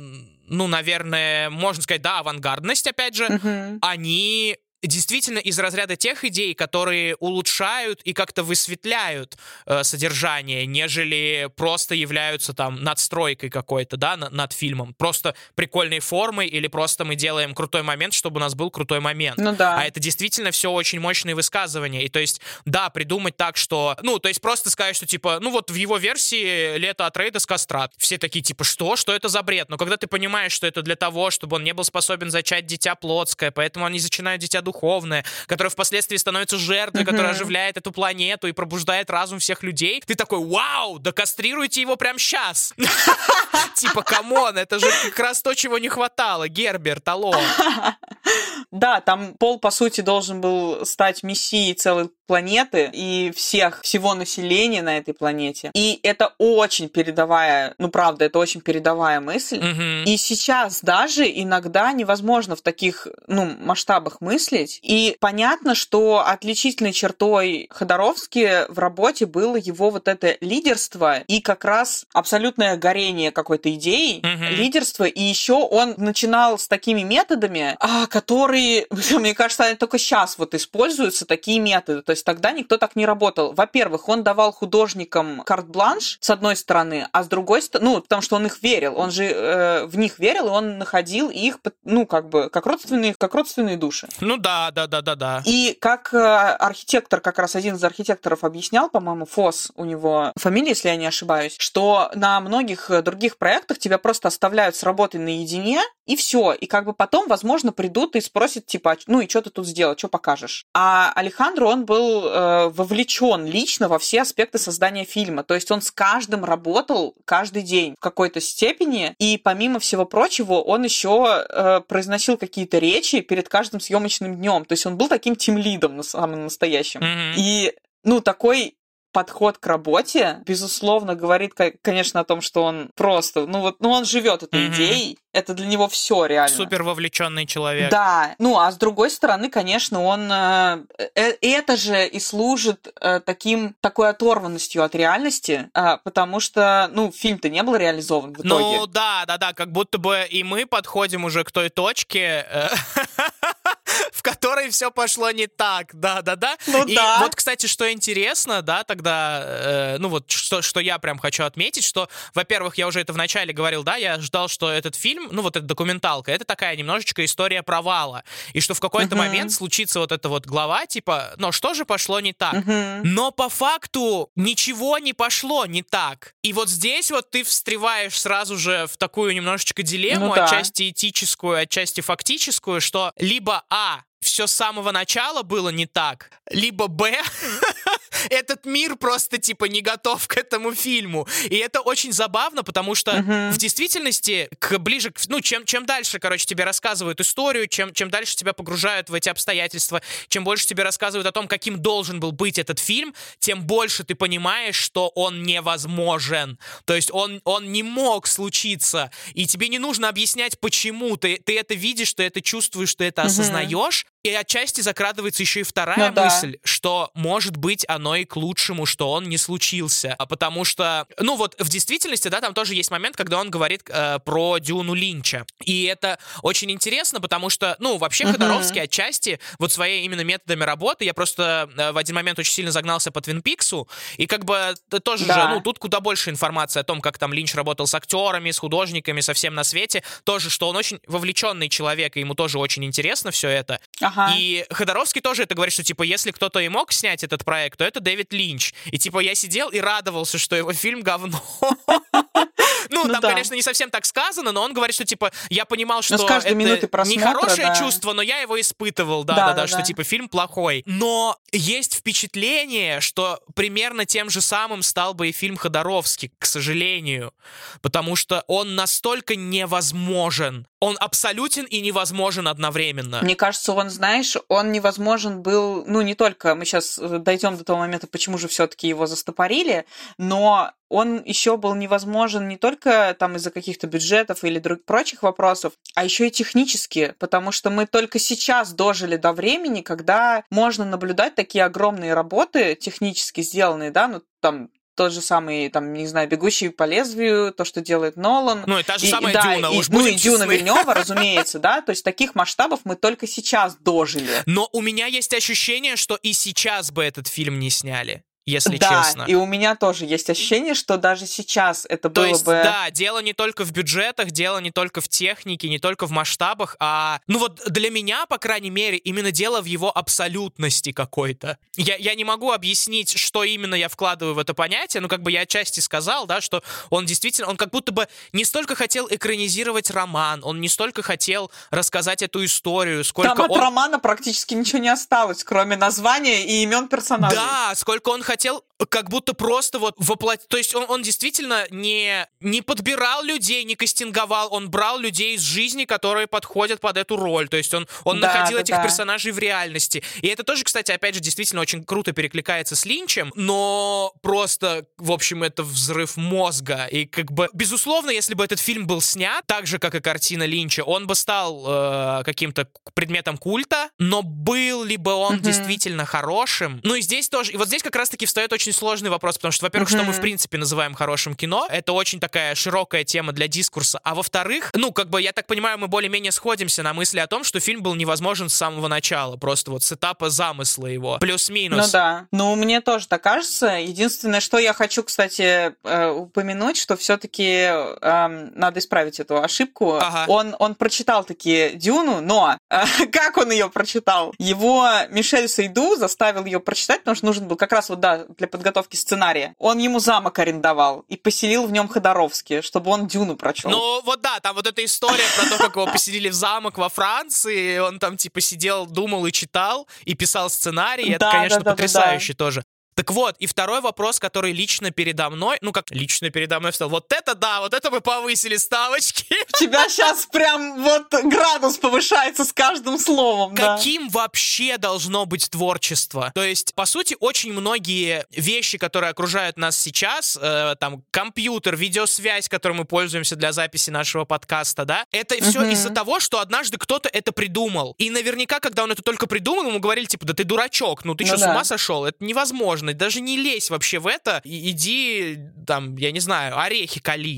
ну, наверное, можно сказать, да, авангардность, опять же, они... действительно из разряда тех идей, которые улучшают и как-то высветляют содержание, нежели просто являются там надстройкой какой-то, да, над фильмом. Просто прикольной формой или просто мы делаем крутой момент, чтобы у нас был крутой момент. Ну да. А это действительно все очень мощные высказывания. И то есть, да, придумать так, что... Ну, то есть просто сказать, что типа, ну вот в его версии Лето Атрейдес кастрат. Все такие типа, что? Что это за бред? Но когда ты понимаешь, что это для того, чтобы он не был способен зачать дитя плотское, поэтому они зачинают дитя духовное, которое впоследствии становится жертвой, которая оживляет эту планету и пробуждает разум всех людей. Ты такой, вау, да кастрируйте его прямо сейчас. Типа, камон, это же как раз то, чего не хватало. Герберт, алло. Да, там Пол, по сути, должен был стать мессией целой планеты и всего населения на этой планете. И это очень передовая, ну, правда, это очень передовая мысль. И сейчас даже иногда невозможно в таких, ну, масштабах мыслить. И понятно, что отличительной чертой Ходоровски в работе было его вот это лидерство и как раз абсолютное горение какой-то идеи, лидерство. И еще он начинал с такими методами, которые, мне кажется, они только сейчас вот используются, такие методы. То есть тогда никто так не работал. Во-первых, он давал художникам карт-бланш, с одной стороны, а с другой стороны, ну, потому что он их верил. Он же в них верил, и он находил их, ну, как бы, как родственные души. Ну да. И как архитектор, как раз один из архитекторов объяснял, по-моему, Фос у него фамилия, если я не ошибаюсь, что на многих других проектах тебя просто оставляют с работой наедине, и все. И как бы потом, возможно, придут и спросят, типа, ну и что ты тут сделал, что покажешь? А Алехандро, он был вовлечен лично во все аспекты создания фильма. То есть он с каждым работал каждый день в какой-то степени, и помимо всего прочего, он еще произносил какие-то речи перед каждым съемочным днем. То есть он был таким тимлидом самым настоящим. И, ну, такой подход к работе, безусловно, говорит, конечно, о том, что он просто, он живет этой идеей, это для него все реально. Супер вовлеченный человек. Да, ну, а с другой стороны, конечно, он это же и служит такой оторванностью от реальности, потому что, ну, фильм-то не был реализован в итоге. Ну, да, как будто бы и мы подходим уже к той точке, в которой все пошло не так, да-да-да. Ну И да. вот, кстати, что интересно, да, тогда, ну вот, что я прям хочу отметить, что, во-первых, я уже это вначале говорил, да, я ждал, что этот фильм, ну вот эта документалка, это такая немножечко история провала, и что в какой-то момент случится вот эта вот глава, типа, ну что же пошло не так? Но по факту ничего не пошло не так. И вот здесь вот ты встреваешь сразу же в такую немножечко дилемму, Ну да. отчасти этическую, отчасти фактическую, что либо все с самого начала было не так, либо этот мир просто, типа, не готов к этому фильму. И это очень забавно, потому что в действительности, ближе к... Ну, чем дальше, короче, тебе рассказывают историю, чем дальше тебя погружают в эти обстоятельства, чем больше тебе рассказывают о том, каким должен был быть этот фильм, тем больше ты понимаешь, что он невозможен. То есть он не мог случиться. И тебе не нужно объяснять, почему. Ты это видишь, ты это чувствуешь, ты это осознаешь. И отчасти закрадывается еще и вторая мысль, что, может быть, оно и к лучшему, что он не случился. Потому что, ну вот, в действительности, да, там тоже есть момент, когда он говорит про Дюну Линча. И это очень интересно, потому что, ну, вообще Ходоровский отчасти вот своими именно методами работы, я просто в один момент очень сильно загнался по Твин Пиксу, и как бы тоже же, ну, тут куда больше информации о том, как там Линч работал с актерами, с художниками, со всем на свете. Тоже, что он очень вовлеченный человек, и ему тоже очень интересно все это. И Ходоровский тоже это говорит, что, типа, если кто-то и мог снять этот проект, то это Дэвид Линч. И, типа, я сидел и радовался, что его фильм говно. Ну, там, конечно, не совсем так сказано, но он говорит, что, типа, я понимал, что это не хорошее чувство, но я его испытывал, да, что, типа, фильм плохой. Но есть впечатление, что примерно тем же самым стал бы и фильм Ходоровский, к сожалению. Потому что он настолько невозможен. Он абсолютен и невозможен одновременно. Мне кажется, он, знаешь, он невозможен был, ну, не только, мы сейчас дойдем до того момента, почему же все-таки его застопорили, но он еще был невозможен не только там из-за каких-то бюджетов или прочих вопросов, а еще и технически, потому что мы только сейчас дожили до времени, когда можно наблюдать такие огромные работы, технически сделанные, да, ну, там, тот же самый, там, не знаю, «Бегущий по лезвию», то, что делает Нолан. Ну, и та же самая Дюна, уж ну, будем и Дюна честны. Вильнёва, разумеется, да, то есть таких масштабов мы только сейчас дожили. Но у меня есть ощущение, что и сейчас бы этот фильм не сняли. Если да, честно. И у меня тоже есть ощущение, что даже сейчас это было бы... То есть, да, дело не только в бюджетах, дело не только в технике, не только в масштабах, а, ну вот для меня, по крайней мере, именно дело в его абсолютности какой-то. Я не могу объяснить, что именно я вкладываю в это понятие, но как бы я отчасти сказал, да, что он действительно, он как будто бы не столько хотел экранизировать роман, он не столько хотел рассказать эту историю, сколько там от романа практически ничего не осталось, кроме названия и имен персонажей. Да, сколько он хотел как будто просто вот воплотить... То есть он действительно не подбирал людей, не кастинговал, он брал людей из жизни, которые подходят под эту роль. То есть он находил этих персонажей в реальности. И это тоже, кстати, опять же, действительно очень круто перекликается с Линчем, но просто, в общем, это взрыв мозга. И как бы, безусловно, если бы этот фильм был снят, так же, как и картина Линча, он бы стал каким-то предметом культа, но был ли бы он действительно хорошим? Ну и здесь тоже... И вот здесь как раз-таки встает очень сложный вопрос, потому что, во-первых, что мы в принципе называем хорошим кино, это очень такая широкая тема для дискурса, а во-вторых, ну, как бы, я так понимаю, мы более-менее сходимся на мысли о том, что фильм был невозможен с самого начала, просто вот с этапа замысла его, плюс-минус. Ну да, ну мне тоже так кажется. Единственное, что я хочу, кстати, упомянуть, что все-таки надо исправить эту ошибку. Ага. Он прочитал таки Дюну, но как он ее прочитал? Его Мишель Сейду заставил ее прочитать, потому что нужен был как раз вот, да, для подготовки сценария. Он ему замок арендовал и поселил в нем Ходоровский, чтобы он Дюну прочел. Ну вот да, там вот эта история про то, как его поселили в замок во Франции, он там типа сидел, думал и читал, и писал сценарий, это, конечно, потрясающе тоже. Так вот, и второй вопрос, который лично передо мной, ну как лично передо мной встал, вот это да, вот это мы повысили ставочки. У тебя сейчас прям вот градус повышается с каждым словом. Каким вообще должно быть творчество? То есть, по сути, очень многие вещи, которые окружают нас сейчас, там, компьютер, видеосвязь, которой мы пользуемся для записи нашего подкаста, да, это все из-за того, что однажды кто-то это придумал. И наверняка, когда он это только придумал, ему говорили, типа, да ты дурачок, ну ты что, с ума сошел? Это невозможно. Даже не лезь вообще в это, иди, там, я не знаю, орехи кали, да?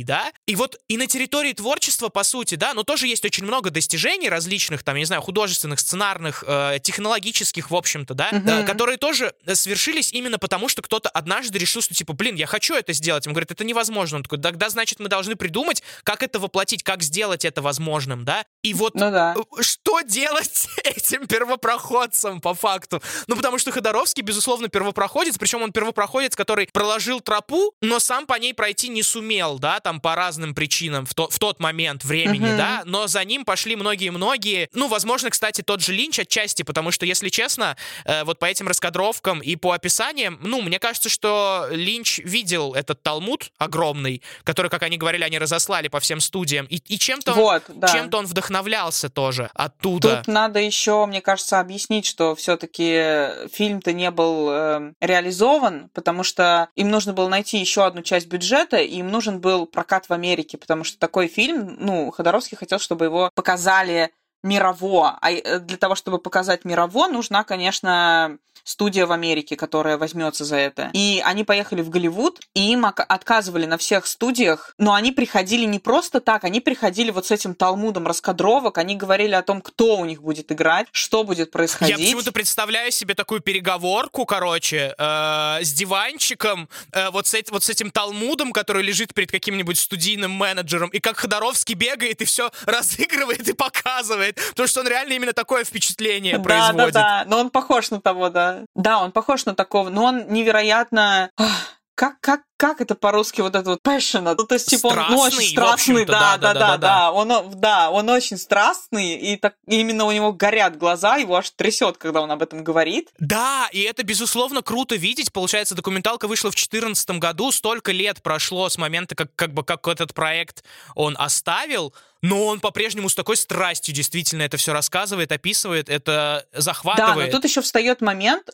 И вот и на территории творчества, по сути, да, но тоже есть очень много достижений различных, там, я не знаю, художественных, сценарных, технологических, в общем-то, да, которые тоже свершились именно потому, что кто-то однажды решил, что, типа, блин, я хочу это сделать. Он говорит, это невозможно. Он такой, тогда, значит, мы должны придумать, как это воплотить, как сделать это возможным, да. И вот что делать с этим первопроходцем, по факту? Ну, потому что Ходоровский, безусловно, первопроходец, причем он первопроходец, который проложил тропу, но сам по ней пройти не сумел, да, там, по разным причинам в тот момент времени, да, но за ним пошли многие-многие, ну, возможно, кстати, тот же Линч отчасти, потому что, если честно, вот по этим раскадровкам и по описаниям, ну, мне кажется, что Линч видел этот Талмуд огромный, который, как они говорили, они разослали по всем студиям, и чем-то чем-то он вдохновлялся тоже оттуда. Тут надо еще, мне кажется, объяснить, что все-таки фильм-то не был реализован, потому что им нужно было найти еще одну часть бюджета, и им нужен был прокат в Америке, потому что такой фильм, ну, Ходоровский хотел, чтобы его показали мирово, а для того, чтобы показать мирово, нужна, конечно, студия в Америке, которая возьмется за это. И они поехали в Голливуд, и им отказывали на всех студиях, но они приходили не просто так, они приходили вот с этим талмудом раскадровок, они говорили о том, кто у них будет играть, что будет происходить. Я почему-то представляю себе такую переговорку, короче, с диванчиком, вот с этим талмудом, который лежит перед каким-нибудь студийным менеджером, и как Ходоровский бегает и все разыгрывает и показывает, потому что он реально именно такое впечатление производит. Да, но он похож на того, да. Да, он похож на такого, но он невероятно... Как это по-русски вот это вот passionate? Ну, то есть, типа, он очень страстный, да. Он очень страстный, и так, именно у него горят глаза, его аж трясет, когда он об этом говорит. Да, и это, безусловно, круто видеть. Получается, документалка вышла в 2014 году, столько лет прошло с момента, как этот проект он оставил, но он по-прежнему с такой страстью действительно это все рассказывает, описывает, это захватывает. Да, но тут еще встает момент,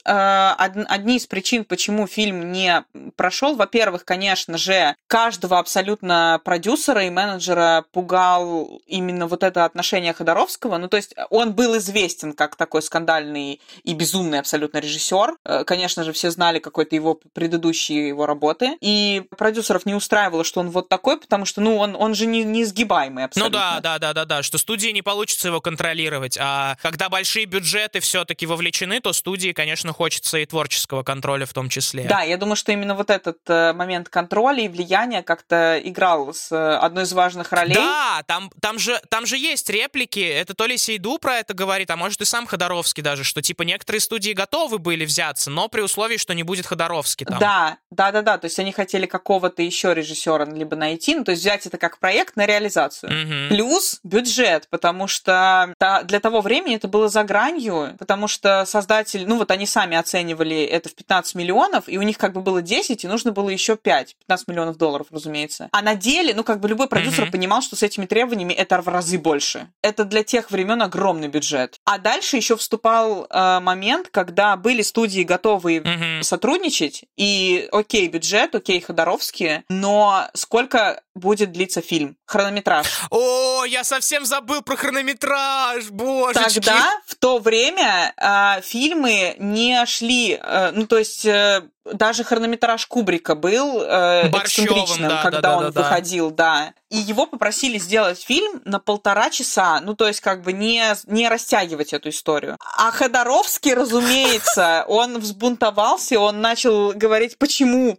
одни из причин, почему фильм не прошел, во-первых, конечно же, каждого абсолютно продюсера и менеджера пугал именно вот это отношение Ходоровского. Ну, то есть он был известен как такой скандальный и безумный абсолютно режиссер. Конечно же, все знали какой-то его предыдущие его работы. И продюсеров не устраивало, что он вот такой, потому что, ну, он же неизгибаемый абсолютно. Ну да, что студии не получится его контролировать. А когда большие бюджеты все-таки вовлечены, то студии, конечно, хочется и творческого контроля в том числе. Да, я думаю, что именно вот этот момент контроля и влияния как-то играл с одной из важных ролей. Да, там же есть реплики, это то ли Сейду про это говорит, а может и сам Ходоровский даже, что типа некоторые студии готовы были взяться, но при условии, что не будет Ходоровский там. Да, то есть они хотели какого-то еще режиссера либо найти, ну то есть взять это как проект на реализацию. Плюс бюджет, потому что для того времени это было за гранью, потому что создатель, ну вот они сами оценивали это в 15 миллионов, и у них как бы было 10, и нужно было еще 15 миллионов долларов, разумеется. А на деле, ну, как бы любой продюсер понимал, что с этими требованиями это в разы больше. Это для тех времен огромный бюджет. А дальше еще вступал момент, когда были студии готовы сотрудничать, и окей, бюджет, окей, Ходоровский, но сколько будет длиться фильм? Хронометраж. О, я совсем забыл про хронометраж, божечки. Тогда, в то время, фильмы не шли, ну, то есть... Даже хронометраж Кубрика был эксцентричным, когда он выходил, да. И его попросили сделать фильм на 1,5 часа, ну, то есть как бы не растягивать эту историю. А Ходоровский, разумеется, он взбунтовался, он начал говорить, почему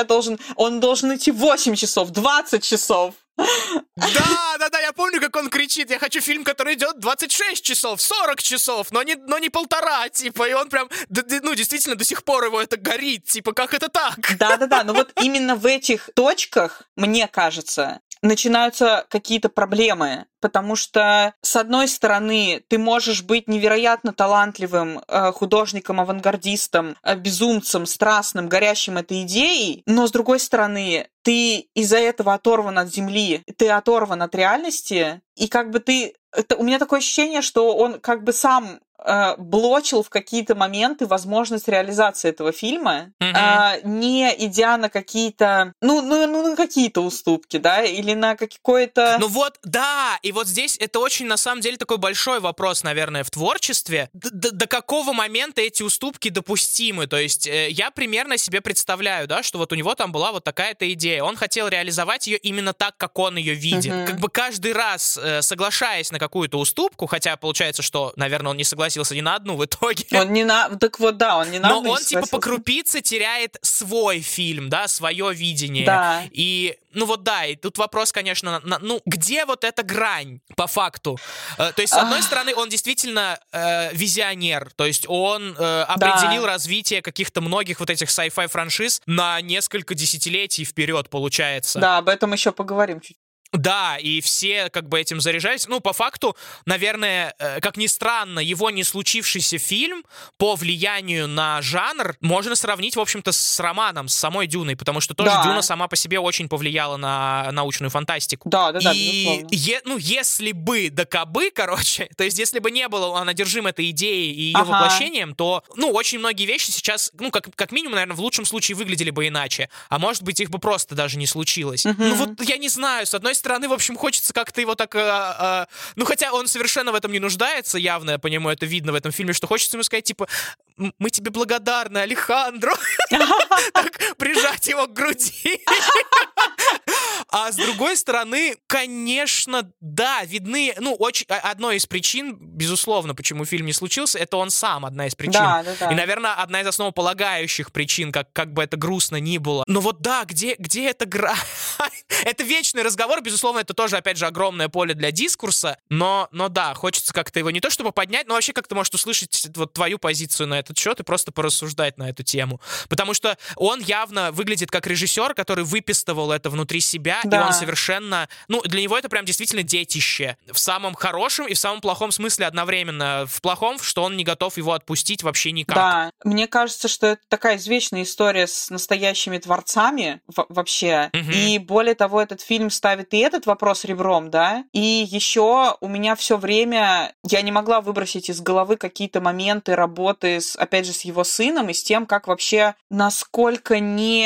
он должен идти 8 часов, 20 часов. Да, я помню, как он кричит, я хочу фильм, который идет 26 часов, 40 часов, но не 1,5, типа, и он прям, ну, действительно, до сих пор его это горит, типа, как это так? Да, но вот именно в этих точках, мне кажется, начинаются какие-то проблемы, потому что, с одной стороны, ты можешь быть невероятно талантливым художником-авангардистом, безумцем, страстным, горящим этой идеей, но, с другой стороны, ты из-за этого оторван от земли, ты оторван от реальности, и как бы у меня такое ощущение, что он как бы сам блочил в какие-то моменты возможность реализации этого фильма, не идя на какие-то, на какие-то уступки, да, или на какое-то... Ну вот, да, и вот здесь это очень, на самом деле, такой большой вопрос, наверное, в творчестве. До какого момента эти уступки допустимы? То есть я примерно себе представляю, да, что вот у него там была вот такая-то идея. Он хотел реализовать ее именно так, как он ее видит. Как бы каждый раз, соглашаясь на какую-то уступку, хотя получается, что, наверное, он не согласился ни на одну в итоге. Он не на... Так вот, да, он не на Но одну он, типа, по крупице теряет свой фильм, да, свое видение. Да. И, ну вот да, и тут вопрос, конечно, где вот эта грань, по факту? То есть, с одной стороны, он действительно визионер, то есть он определил развитие каких-то многих вот этих sci-fi франшиз на несколько десятилетий вперед, получается. Да, об этом еще поговорим чуть. Да, и все как бы этим заряжались. Ну, по факту, наверное, как ни странно, его не случившийся фильм по влиянию на жанр можно сравнить, в общем-то, с романом, с самой Дюной, потому что тоже Дюна сама по себе очень повлияла на научную фантастику. Да, и безусловно. Если бы да кабы, короче, то есть если бы не был он одержим этой идеей и ее воплощением, то, очень многие вещи сейчас, как минимум, наверное, в лучшем случае выглядели бы иначе, а может быть, их бы просто даже не случилось. Ну вот, я не знаю, с одной стороны, в общем, хочется как-то его так... хотя он совершенно в этом не нуждается, явно, я понимаю, это видно в этом фильме, что хочется ему сказать, типа, мы тебе благодарны, Алехандро. Так, прижать его к груди. А с другой стороны, конечно, да, видны... одной из причин, безусловно, почему фильм не случился, это он сам, одна из причин. Да. И, наверное, одна из основополагающих причин, как бы это грустно ни было. Но вот да, где эта грань? Это вечный разговор, безусловно, это тоже, опять же, огромное поле для дискурса, но да, хочется как-то его не то чтобы поднять, но вообще как-то, может, услышать вот твою позицию на этот счет и просто порассуждать на эту тему. Потому что он явно выглядит как режиссер, который выпистывал это внутри себя, и он совершенно... для него это прям действительно детище. В самом хорошем и в самом плохом смысле одновременно. В плохом, что он не готов его отпустить вообще никак. Да, мне кажется, что это такая извечная история с настоящими творцами вообще. И более того, этот фильм ставит и этот вопрос ребром, да, и еще у меня все время... Я не могла выбросить из головы какие-то моменты работы, опять же, с его сыном и с тем, как вообще, насколько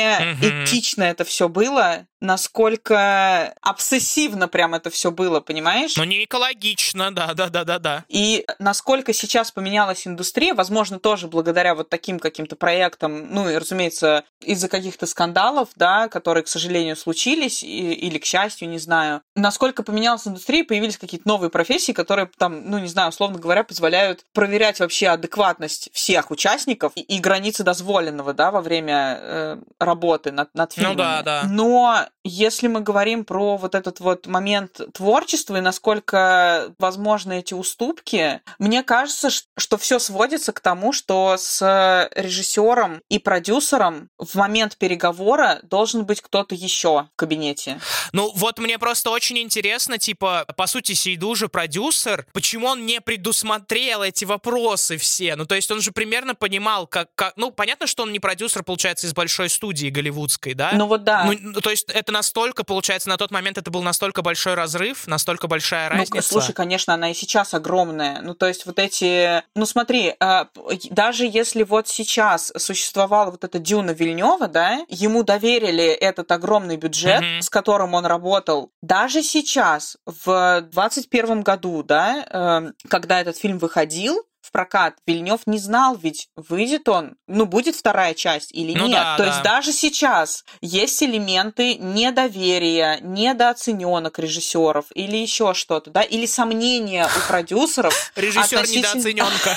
неэтично это все было, насколько обсессивно прям это все было, понимаешь? Но не экологично, да. И насколько сейчас поменялась индустрия, возможно, тоже благодаря вот таким каким-то проектам, и, разумеется, из-за каких-то скандалов, да, которые, к сожалению, случились, или, к счастью, не знаю. Насколько поменялась индустрия, появились какие-то новые профессии, которые там, не знаю, условно говоря, позволяют проверять вообще адекватность всех участников и границы дозволенного, да, во время работы над фильмами. Да. Но если мы говорим про вот этот вот момент творчества и насколько возможны эти уступки, мне кажется, что все сводится к тому, что с режиссером и продюсером в момент переговора должен быть кто-то еще в кабинете. Вот мне просто очень интересно, типа, по сути, Сейду же продюсер, почему он не предусмотрел эти вопросы все? То есть он же примерно понимал, как... понятно, что он не продюсер, получается, из большой студии голливудской, да? Да. То есть это настолько, получается, на тот момент это был настолько большой разрыв, настолько большая разница. Слушай, конечно, она и сейчас огромная. То есть вот эти... смотри, даже если вот сейчас существовала вот эта Дюна Вильнёва, да, ему доверили этот огромный бюджет, с которым он работал. Даже сейчас, в 2021 году, да, когда этот фильм выходил в прокат, Вильнёв не знал, ведь выйдет он, будет вторая часть или нет. Да, То есть даже сейчас есть элементы недоверия, недооценёнок режиссеров или еще что-то, да, или сомнения у продюсеров. Режиссер недооценёнка.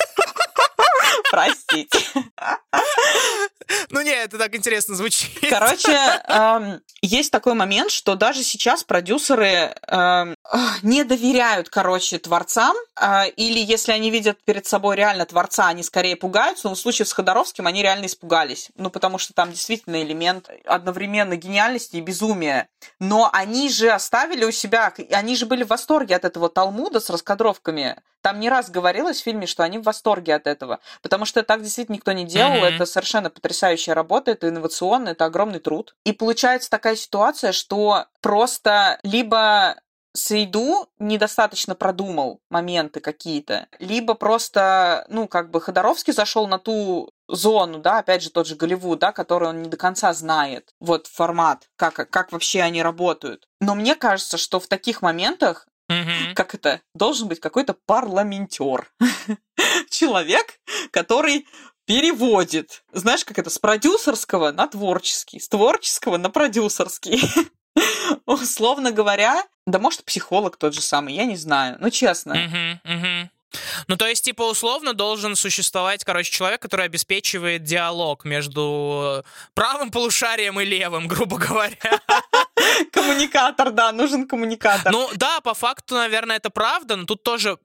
Простите. Нет, это так интересно звучит. Короче, есть такой момент, что даже сейчас продюсеры не доверяют, творцам, или если они видят перед собой реально творца, они скорее пугаются, но в случае с Ходоровским они реально испугались, потому что там действительно элемент одновременно гениальности и безумия. Но они же оставили у себя, они же были в восторге от этого Талмуда с раскадровками. Там не раз говорилось в фильме, что они в восторге от этого, потому что так действительно никто не делал, это совершенно потрясающая работа, это инновационно, это огромный труд. И получается такая ситуация, что просто либо Сейду недостаточно продумал моменты какие-то, либо просто, Ходоровский зашел на ту зону, да, опять же, тот же Голливуд, да, который он не до конца знает, вот формат, как вообще они работают. Но мне кажется, что в таких моментах должен быть какой-то парламентер. Человек, который переводит, знаешь, как это, с продюсерского на творческий, с творческого на продюсерский. Условно говоря, да может психолог тот же самый, я не знаю, честно. Ну, то есть, условно должен существовать, человек, который обеспечивает диалог между правым полушарием и левым, грубо говоря. Коммуникатор, да, нужен коммуникатор. Ну, да, по факту, наверное, это правда, но тут тоже...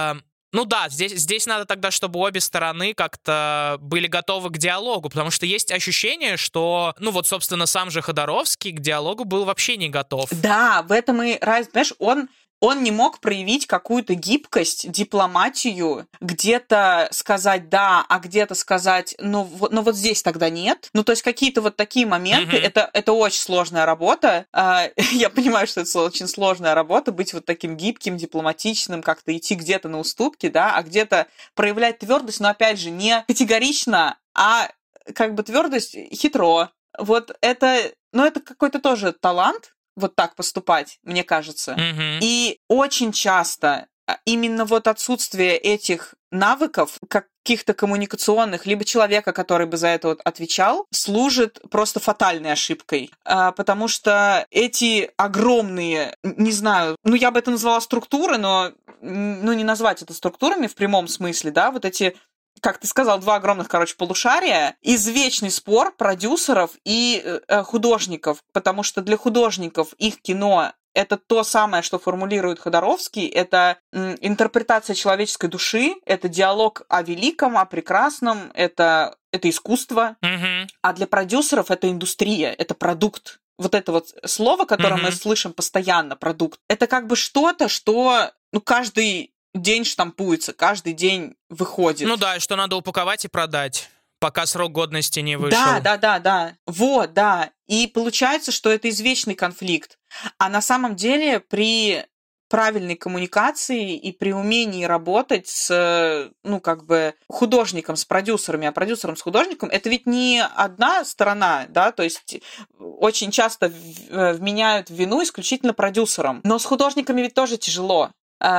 здесь надо тогда, чтобы обе стороны как-то были готовы к диалогу, потому что есть ощущение, что, собственно, сам же Ходоровский к диалогу был вообще не готов. Да, в этом и разница, понимаешь, он не мог проявить какую-то гибкость, дипломатию, где-то сказать «да», а где-то сказать но вот здесь тогда нет. То есть какие-то вот такие моменты, это очень сложная работа. Я понимаю, что это очень сложная работа, быть вот таким гибким, дипломатичным, как-то идти где-то на уступки, да, а где-то проявлять твердость, но опять же не категорично, а твердость хитро. Вот это, это какой-то тоже талант, вот так поступать, мне кажется. И очень часто именно вот отсутствие этих навыков, каких-то коммуникационных, либо человека, который бы за это вот отвечал, служит просто фатальной ошибкой. Потому что эти огромные, не знаю, я бы это назвала структуры, но не назвать это структурами в прямом смысле, да, вот эти, как ты сказал, два огромных, полушария, извечный спор продюсеров и художников, потому что для художников их кино — это то самое, что формулирует Ходоровский, это интерпретация человеческой души, это диалог о великом, о прекрасном, это искусство, а для продюсеров это индустрия, это продукт. Вот это вот слово, которое мы слышим постоянно, продукт, это что-то, что, каждый день штампуется, каждый день выходит. Что надо упаковать и продать, пока срок годности не вышел. Да. Вот, да. И получается, что это извечный конфликт. А на самом деле при правильной коммуникации и при умении работать с, художником, с продюсерами, а продюсером с художником, это ведь не одна сторона, да, то есть очень часто вменяют в вину исключительно продюсерам. Но с художниками ведь тоже тяжело.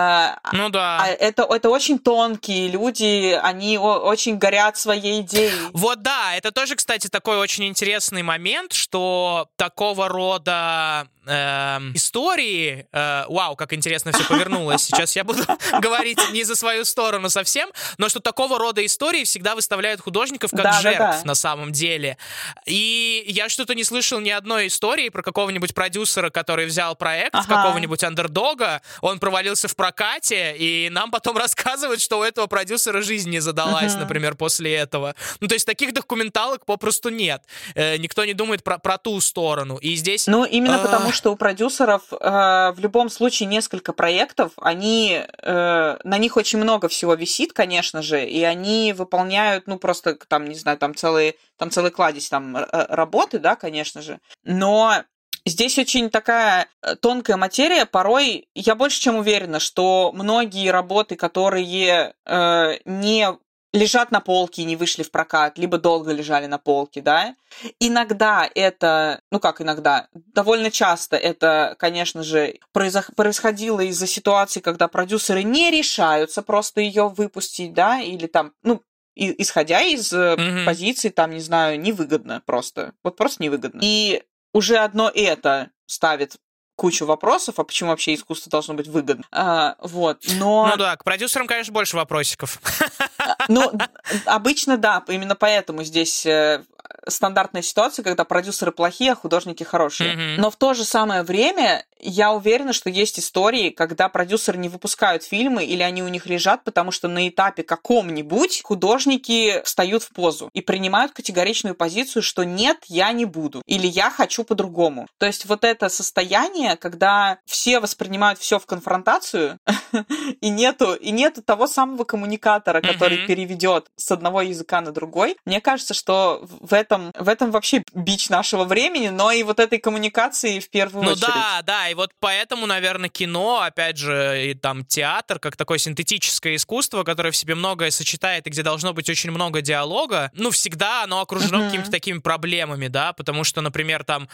Да. Это очень тонкие люди, они очень горят своей идеей. Вот да, это тоже, кстати, такой очень интересный момент, что такого рода истории... Вау, как интересно все повернулось. Сейчас я буду говорить не за свою сторону совсем, но что такого рода истории всегда выставляют художников как жертв на самом деле. И я что-то не слышал ни одной истории про какого-нибудь продюсера, который взял проект с какого-нибудь андердога, он провалился в прокате, и нам потом рассказывают, что у этого продюсера жизнь не задалась, например, после этого. То есть таких документалок попросту нет. Никто не думает про ту сторону. И здесь... именно потому, что у продюсеров в любом случае несколько проектов, на них очень много всего висит, конечно же, и они выполняют, просто, не знаю, целый кладезь работы, да, конечно же. Но здесь очень такая тонкая материя. Порой я больше чем уверена, что многие работы, которые не лежат на полке и не вышли в прокат, либо долго лежали на полке, да, иногда это, довольно часто это, конечно же, происходило из-за ситуации, когда продюсеры не решаются просто ее выпустить, да, или исходя из позиции, не знаю, невыгодно просто, вот просто невыгодно. И уже одно это ставит кучу вопросов, а почему вообще искусство должно быть выгодно. Но... к продюсерам, конечно, больше вопросиков. Обычно да, именно поэтому здесь стандартная ситуация, когда продюсеры плохие, а художники хорошие. Но в то же самое время я уверена, что есть истории, когда продюсеры не выпускают фильмы, или они у них лежат, потому что на этапе каком-нибудь художники встают в позу и принимают категоричную позицию, что нет, я не буду, или я хочу по-другому. То есть вот это состояние, когда все воспринимают все в конфронтацию, и нету того самого коммуникатора, который переведет с одного языка на другой. Мне кажется, что в этом вообще бич нашего времени, но и вот этой коммуникации в первую очередь. Да, и вот поэтому, наверное, кино, опять же, и там театр, как такое синтетическое искусство, которое в себе многое сочетает и где должно быть очень много диалога, ну, всегда оно окружено какими-то такими проблемами, да, потому что, например, там,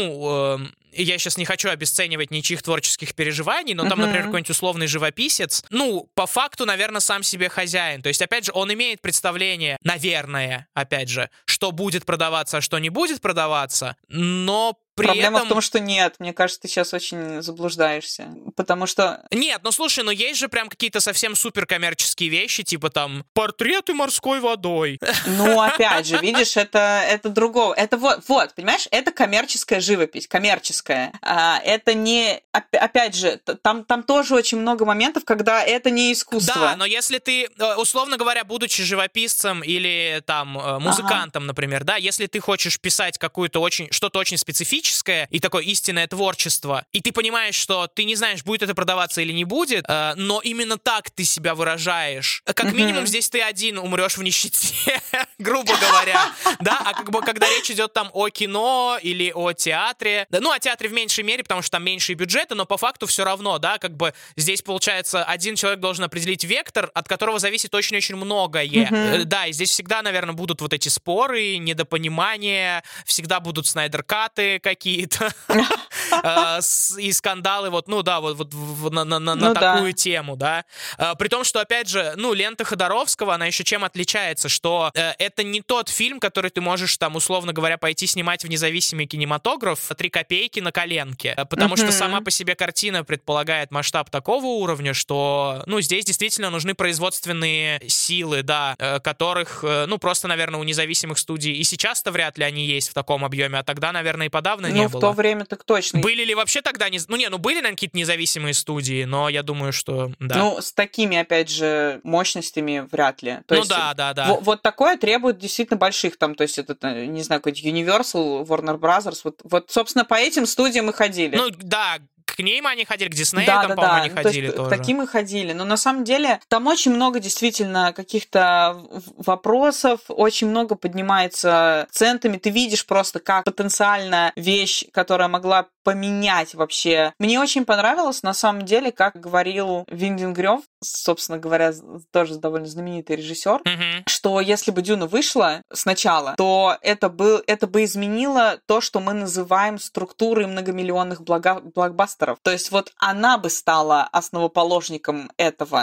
я сейчас не хочу обесценивать ничьих творческих переживаний, но там, например, какой-нибудь условный живописец, по факту, наверное, сам себе хозяин. То есть, опять же, он имеет представление, наверное, опять же, что будет продаваться, а что не будет продаваться, но Проблема в том, что нет. Мне кажется, ты сейчас очень заблуждаешься. Потому что... Нет, слушай, есть же прям какие-то совсем суперкоммерческие вещи, типа там портреты морской водой. Опять же, видишь, это другого. Это вот, понимаешь, это коммерческая живопись, коммерческая. Это не... Опять же, там тоже очень много моментов, когда это не искусство. Да, но если ты, условно говоря, будучи живописцем или там музыкантом, например, да, если ты хочешь писать что-то очень специфическое, и такое истинное творчество, и ты понимаешь, что ты не знаешь, будет это продаваться или не будет, но именно так ты себя выражаешь. Как минимум здесь ты один умрешь в нищете, грубо говоря, да, а когда речь идет там о кино или о театре, о театре в меньшей мере, потому что там меньшие бюджеты, но по факту все равно, да, здесь получается один человек должен определить вектор, от которого зависит очень-очень многое. Да, и здесь всегда, наверное, будут вот эти споры, недопонимания, всегда будут снайдер-каты какие-то и скандалы на такую тему, да. При том, что, опять же, лента Ходоровского, она еще чем отличается, что это не тот фильм, который ты можешь там, условно говоря, пойти снимать в независимый кинематограф 3 копейки на коленке, потому что сама по себе картина предполагает масштаб такого уровня, что, здесь действительно нужны производственные силы, да, которых, просто, наверное, у независимых студий и сейчас-то вряд ли они есть в таком объеме, а тогда, наверное, и подавно не было. В то время так точно. Были ли вообще тогда... были, наверное, какие-то независимые студии, но я думаю, что да. С такими, опять же, мощностями вряд ли. То есть, да. Вот такое требует действительно больших, там, то есть это, не знаю, какой-то Universal, Warner Brothers, вот, собственно, по этим студиям мы ходили. Да, к ним они ходили, к Диснею по-моему, они ходили тоже. К таким и ходили. Но на самом деле там очень много действительно каких-то вопросов, очень много поднимается акцентами. Ты видишь просто, как потенциально вещь, которая могла поменять вообще. Мне очень понравилось, на самом деле, как говорил Виндингрёв, собственно говоря, тоже довольно знаменитый режиссер, что если бы «Дюна» вышла сначала, то это бы изменило то, что мы называем структурой многомиллионных блокбастеров. То есть вот она бы стала основоположником этого.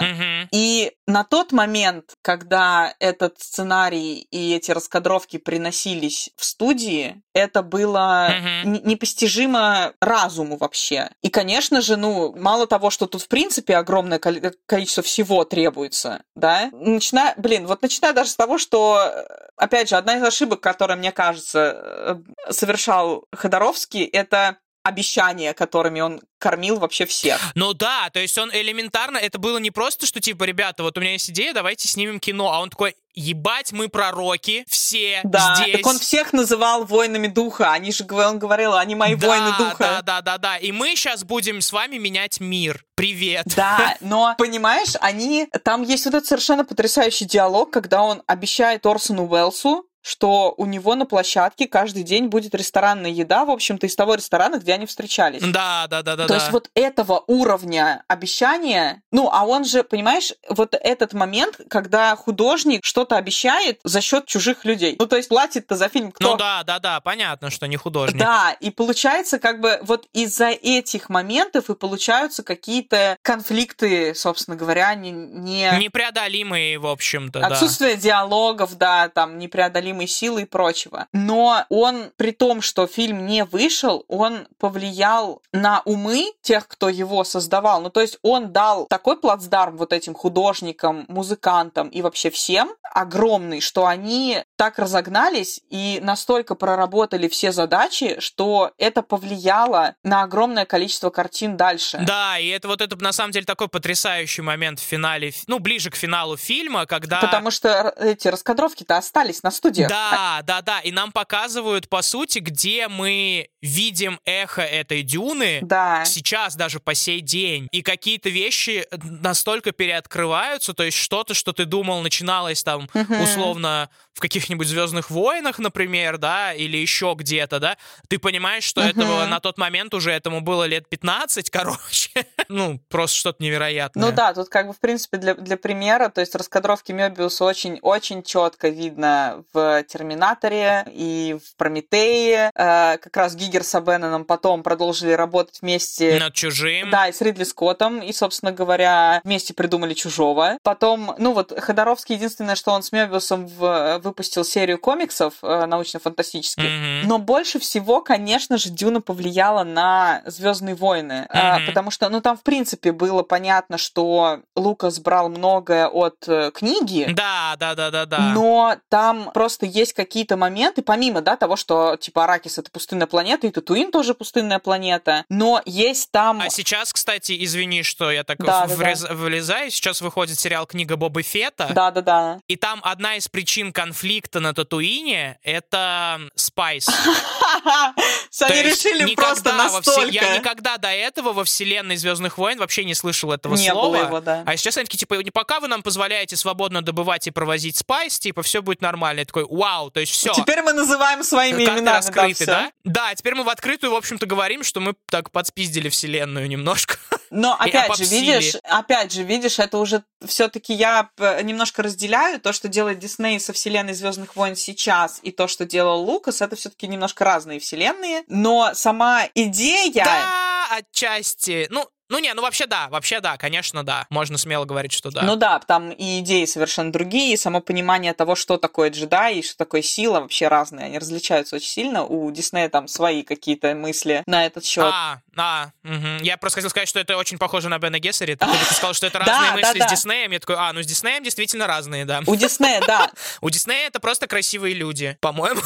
И на тот момент, когда этот сценарий и эти раскадровки приносились в студии, это было непостижимо разуму вообще. И, конечно же, мало того, что тут, в принципе, огромное количество всего требуется, да, начиная даже с того, что, опять же, одна из ошибок, которая, мне кажется, совершал Ходоровский, это обещания, которыми он кормил вообще всех. Да, то есть он элементарно, это было не просто, что типа, ребята, вот у меня есть идея, давайте снимем кино, а он такой, ебать, мы пророки, все здесь. Так он всех называл воинами духа, он говорил, они мои воины духа. Да, и мы сейчас будем с вами менять мир. Привет. Да, но, понимаешь, там есть вот этот совершенно потрясающий диалог, когда он обещает Орсону Уэллсу, что у него на площадке каждый день будет ресторанная еда, в общем-то, из того ресторана, где они встречались. Да. То есть вот этого уровня обещания, а он же, понимаешь, вот этот момент, когда художник что-то обещает за счет чужих людей. То есть платит-то за фильм кто? Да, понятно, что не художник. Да, и получается вот из-за этих моментов и получаются какие-то конфликты, собственно говоря, непреодолимые, в общем-то, отсутствие диалогов, да, там, непреодолимые силы и прочего. Но он, при том, что фильм не вышел, он повлиял на умы тех, кто его создавал. То есть он дал такой плацдарм вот этим художникам, музыкантам и вообще всем огромный, что они так разогнались и настолько проработали все задачи, что это повлияло на огромное количество картин дальше. Да, и это на самом деле такой потрясающий момент в финале, ближе к финалу фильма, когда... Потому что эти раскадровки-то остались на студии. Да, и нам показывают, по сути, где мы видим эхо этой Дюны сейчас, даже по сей день. И какие-то вещи настолько переоткрываются, то есть что-то, что ты думал, начиналось там, условно, в каких-нибудь «Звездных войнах», например, да, или еще где-то, да, ты понимаешь, что этого на тот момент уже этому было лет 15, короче. Ну, просто что-то невероятное. Ну да, тут как бы, в принципе, для примера, то есть раскадровки Мёбиуса очень четко видно в «Терминаторе» и в «Прометее». Как раз Гигер с Абеноном потом продолжили работать вместе. Над «Чужим». Да, и с Ридли Скоттом, и, собственно говоря, вместе придумали «Чужого». Потом, ну вот, Ходоровский, единственное, что он с Мёбиусом выпустил серию комиксов научно-фантастических, но больше всего, конечно же, Дюна повлияла на «Звездные войны», потому что, ну, там, в принципе, было понятно, что Лукас брал многое от книги. Да. Но там просто есть какие-то моменты, помимо, да, того, что, типа, Аракис — это пустынная планета, и Татуин тоже пустынная планета, но есть там... А сейчас, кстати, извини, что я так влезаю, сейчас выходит сериал «Книга Боба Фетта». Да. И там одна из причин конфликта на Татуине — это спайс. Они решили просто настолько... Я никогда до этого во вселенной «Звездных войн» вообще не слышал этого слова. Не было его, да. А сейчас они такие, типа, пока вы нам позволяете свободно добывать и провозить спайс, типа, все будет нормально. Я такой, вау, то есть все. Теперь мы называем своими именами, раскрыты, да? Да, теперь мы в открытую, в общем-то, говорим, что мы так подспиздили вселенную немножко. Но опять же, видишь, это уже все-таки я немножко разделяю то, что делает Дисней со вселенной «Звездных войн» сейчас, и то, что делал Лукас, это все-таки немножко разные вселенные. Но сама идея... Да, отчасти. Вообще да, конечно, да. Можно смело говорить, что да. Ну да, там и идеи совершенно другие, и само понимание того, что такое джедай и что такое сила, вообще разные. Они различаются очень сильно. У Диснея там свои какие-то мысли на этот счет. Я просто хотел сказать, что это очень похоже на Бена Гессерит. Ты сказал, что это разные мысли с Диснеем. Я такой, с Диснеем действительно разные, да. У Диснея, да. У Диснея это просто красивые люди, по-моему.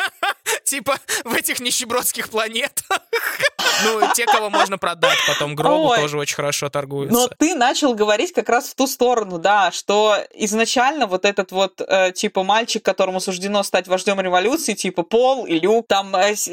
Типа в этих нищебродских планетах. Ну, те, кого можно продать потом гробу, тоже очень хорошо торгуются. Но ты начал говорить как раз в ту сторону, да, что изначально вот этот вот, типа, мальчик, которому суждено стать вождем революции, типа Пол и Люк, там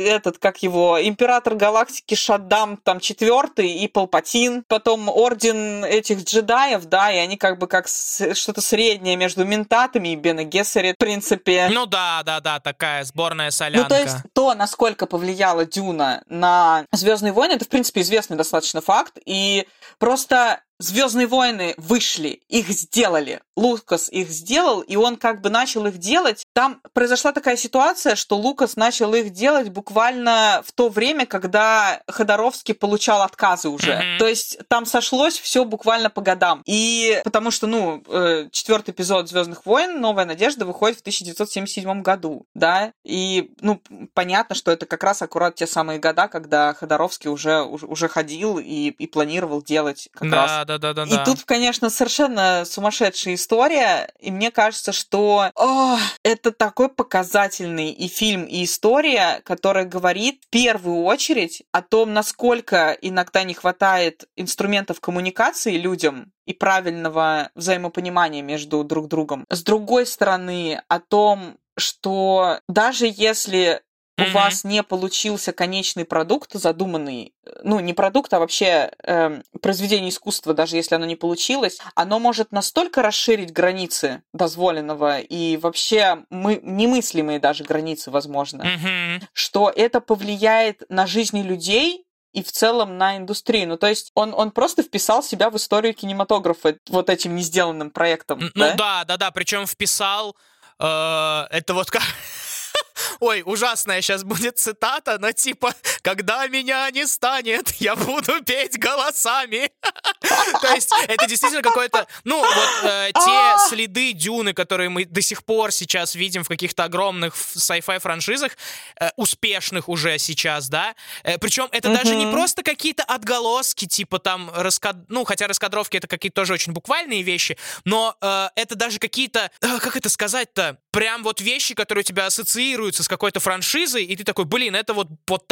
император галактики Шаддам, там, 4-й, и Палпатин, потом орден этих джедаев, да, и они как бы как что-то среднее между ментатами и Бена Гессерит, в принципе. Ну да, такая сборная солянка. Ну, то есть то, насколько повлияла Дюна на «Звездные войны», это, в принципе, известный достаточно факт, и просто «Звездные войны» вышли, их сделали. Лукас их сделал, и он как бы начал их делать. Там произошла такая ситуация, что Лукас начал их делать буквально в то время, когда Ходоровский получал отказы уже. То есть там сошлось все буквально по годам. И потому что, 4-й эпизод «Звездных войн», «Новая надежда», выходит в 1977 году, да, и, понятно, что это как раз аккурат те самые года, когда Ходоровский уже ходил и планировал делать как раз. Да. И тут, конечно, совершенно сумасшедшая история, и мне кажется, что это такой показательный и фильм, и история, которая говорит в первую очередь о том, насколько иногда не хватает инструментов коммуникации людям и правильного взаимопонимания между друг другом. С другой стороны, о том, что даже если у вас не получился конечный продукт задуманный, не продукт, а вообще произведение искусства, даже если оно не получилось, оно может настолько расширить границы дозволенного и вообще немыслимые даже границы, возможно, что это повлияет на жизни людей и в целом на индустрию. Ну, то есть он просто вписал себя в историю кинематографа вот этим несделанным проектом. Да, причем вписал это вот как... Ой, ужасная сейчас будет цитата, но типа, когда меня не станет, я буду петь голосами. То есть это действительно какое-то, те следы Дюны, которые мы до сих пор сейчас видим в каких-то огромных sci-fi франшизах, успешных уже сейчас, да, причем это даже не просто какие-то отголоски, типа там, хотя раскадровки это какие-то тоже очень буквальные вещи, но это даже какие-то, как это сказать-то, прям вот вещи, которые у тебя ассоциируются с какой-то франшизой, и ты такой, это вот там появилось,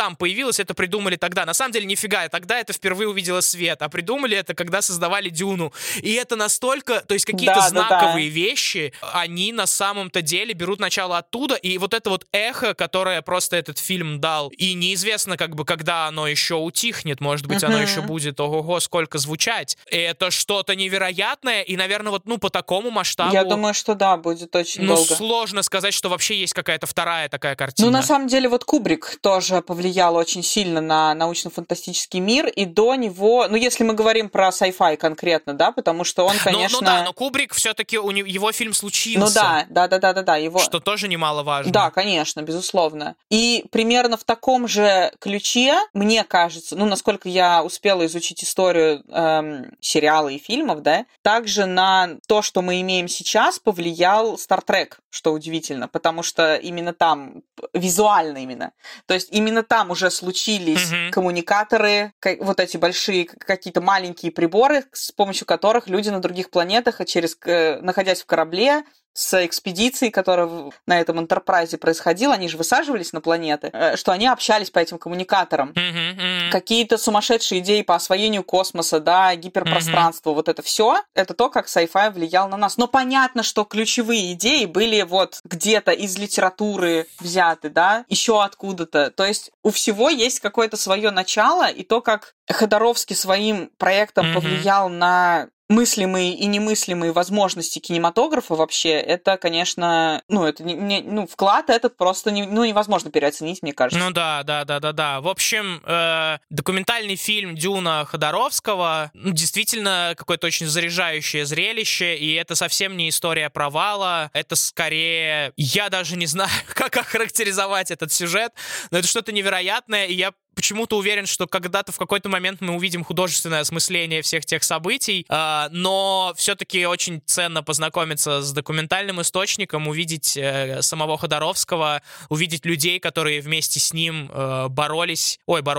появилось, это придумали тогда. На самом деле, нифига, тогда это впервые увидело свет, а придумали это, когда создавали «Дюну». И это настолько, то есть какие-то знаковые вещи, они на самом-то деле берут начало оттуда, и вот это вот эхо, которое просто этот фильм дал, и неизвестно, как бы, когда оно еще утихнет, может быть, оно еще будет, ого-го, сколько звучать. Это что-то невероятное, и, наверное, вот, по такому масштабу... Я думаю, что да, будет очень долго. Сложно сказать, что вообще есть какая-то вторая такая картина. На самом деле, вот Кубрик тоже повлиял очень сильно на научно-фантастический мир, и до него, если мы говорим про sci-fi конкретно, да, потому что он, конечно... Но Кубрик все-таки, его фильм случился. Да, его... Что тоже немаловажно. Да, конечно, безусловно. И примерно в таком же ключе, мне кажется, насколько я успела изучить историю сериала и фильмов, да, также на то, что мы имеем сейчас, повлиял Star Trek, что удивительно, потому что именно там, визуально именно, то есть именно там уже случились коммуникаторы, вот эти большие какие-то маленькие приборы, с помощью которых люди на других планетах, находясь в корабле, с экспедицией, которая на этом Энтерпрайзе происходила, они же высаживались на планеты, что они общались по этим коммуникаторам. Какие-то сумасшедшие идеи по освоению космоса, да, гиперпространства, вот это все, это то, как sci-fi влиял на нас. Но понятно, что ключевые идеи были вот где-то из литературы взяты, да, еще откуда-то. То есть у всего есть какое-то свое начало, и то, как Ходоровский своим проектом повлиял на мыслимые и немыслимые возможности кинематографа вообще, это, конечно, вклад этот просто невозможно переоценить, мне кажется. Да. В общем, документальный фильм «Дюна» Ходоровского действительно какое-то очень заряжающее зрелище, и это совсем не история провала, это скорее, я даже не знаю, как охарактеризовать этот сюжет, но это что-то невероятное, и я почему-то уверен, что когда-то в какой-то момент мы увидим художественное осмысление всех тех событий, но все-таки очень ценно познакомиться с документальным источником, увидеть самого Ходоровского, увидеть людей, которые вместе с ним боролись,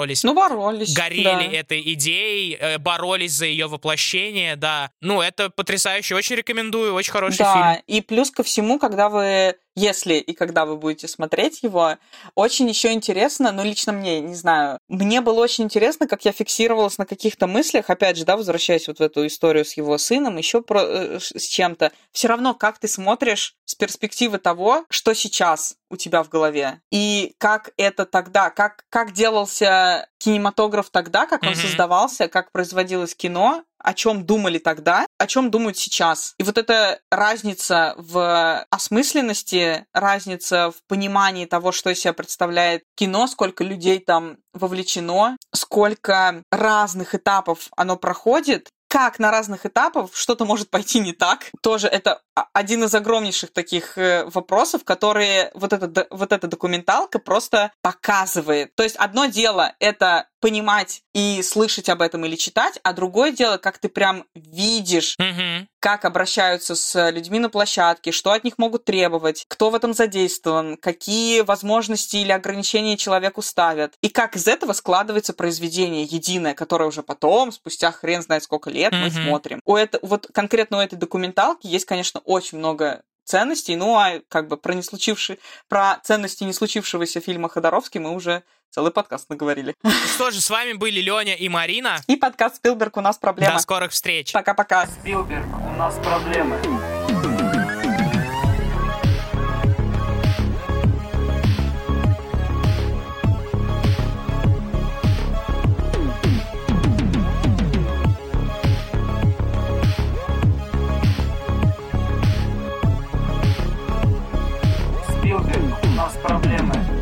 горели этой идеей, боролись за ее воплощение, да. Это потрясающе, очень рекомендую, очень хороший фильм. Да, и плюс ко всему, когда вы будете смотреть его, очень еще интересно, лично мне, не знаю, мне было очень интересно, как я фиксировалась на каких-то мыслях, опять же, да, возвращаясь вот в эту историю с его сыном, еще с чем-то. Все равно, как ты смотришь с перспективы того, что сейчас у тебя в голове, и как это тогда, как делался кинематограф тогда, как он создавался, как производилось кино, о чем думали тогда, о чем думают сейчас. И вот эта разница в осмысленности, разница в понимании того, что из себя представляет кино, сколько людей там вовлечено, сколько разных этапов оно проходит, как на разных этапах что-то может пойти не так. Тоже это один из огромнейших таких вопросов, которые вот эта документалка просто показывает. То есть одно дело — это понимать и слышать об этом или читать, а другое дело, как ты прям видишь, как обращаются с людьми на площадке, что от них могут требовать, кто в этом задействован, какие возможности или ограничения человеку ставят, и как из этого складывается произведение единое, которое уже потом, спустя хрен знает сколько лет, мы смотрим. Вот конкретно у этой документалки есть, конечно, очень много ценностей, про ценности не случившегося фильма Ходоровский мы уже целый подкаст наговорили. Что же, с вами были Леня и Марина. И подкаст «Спилберг. У нас проблемы». До скорых встреч. Пока-пока. Спилберг, у нас проблемы. Спилберг, у нас проблемы.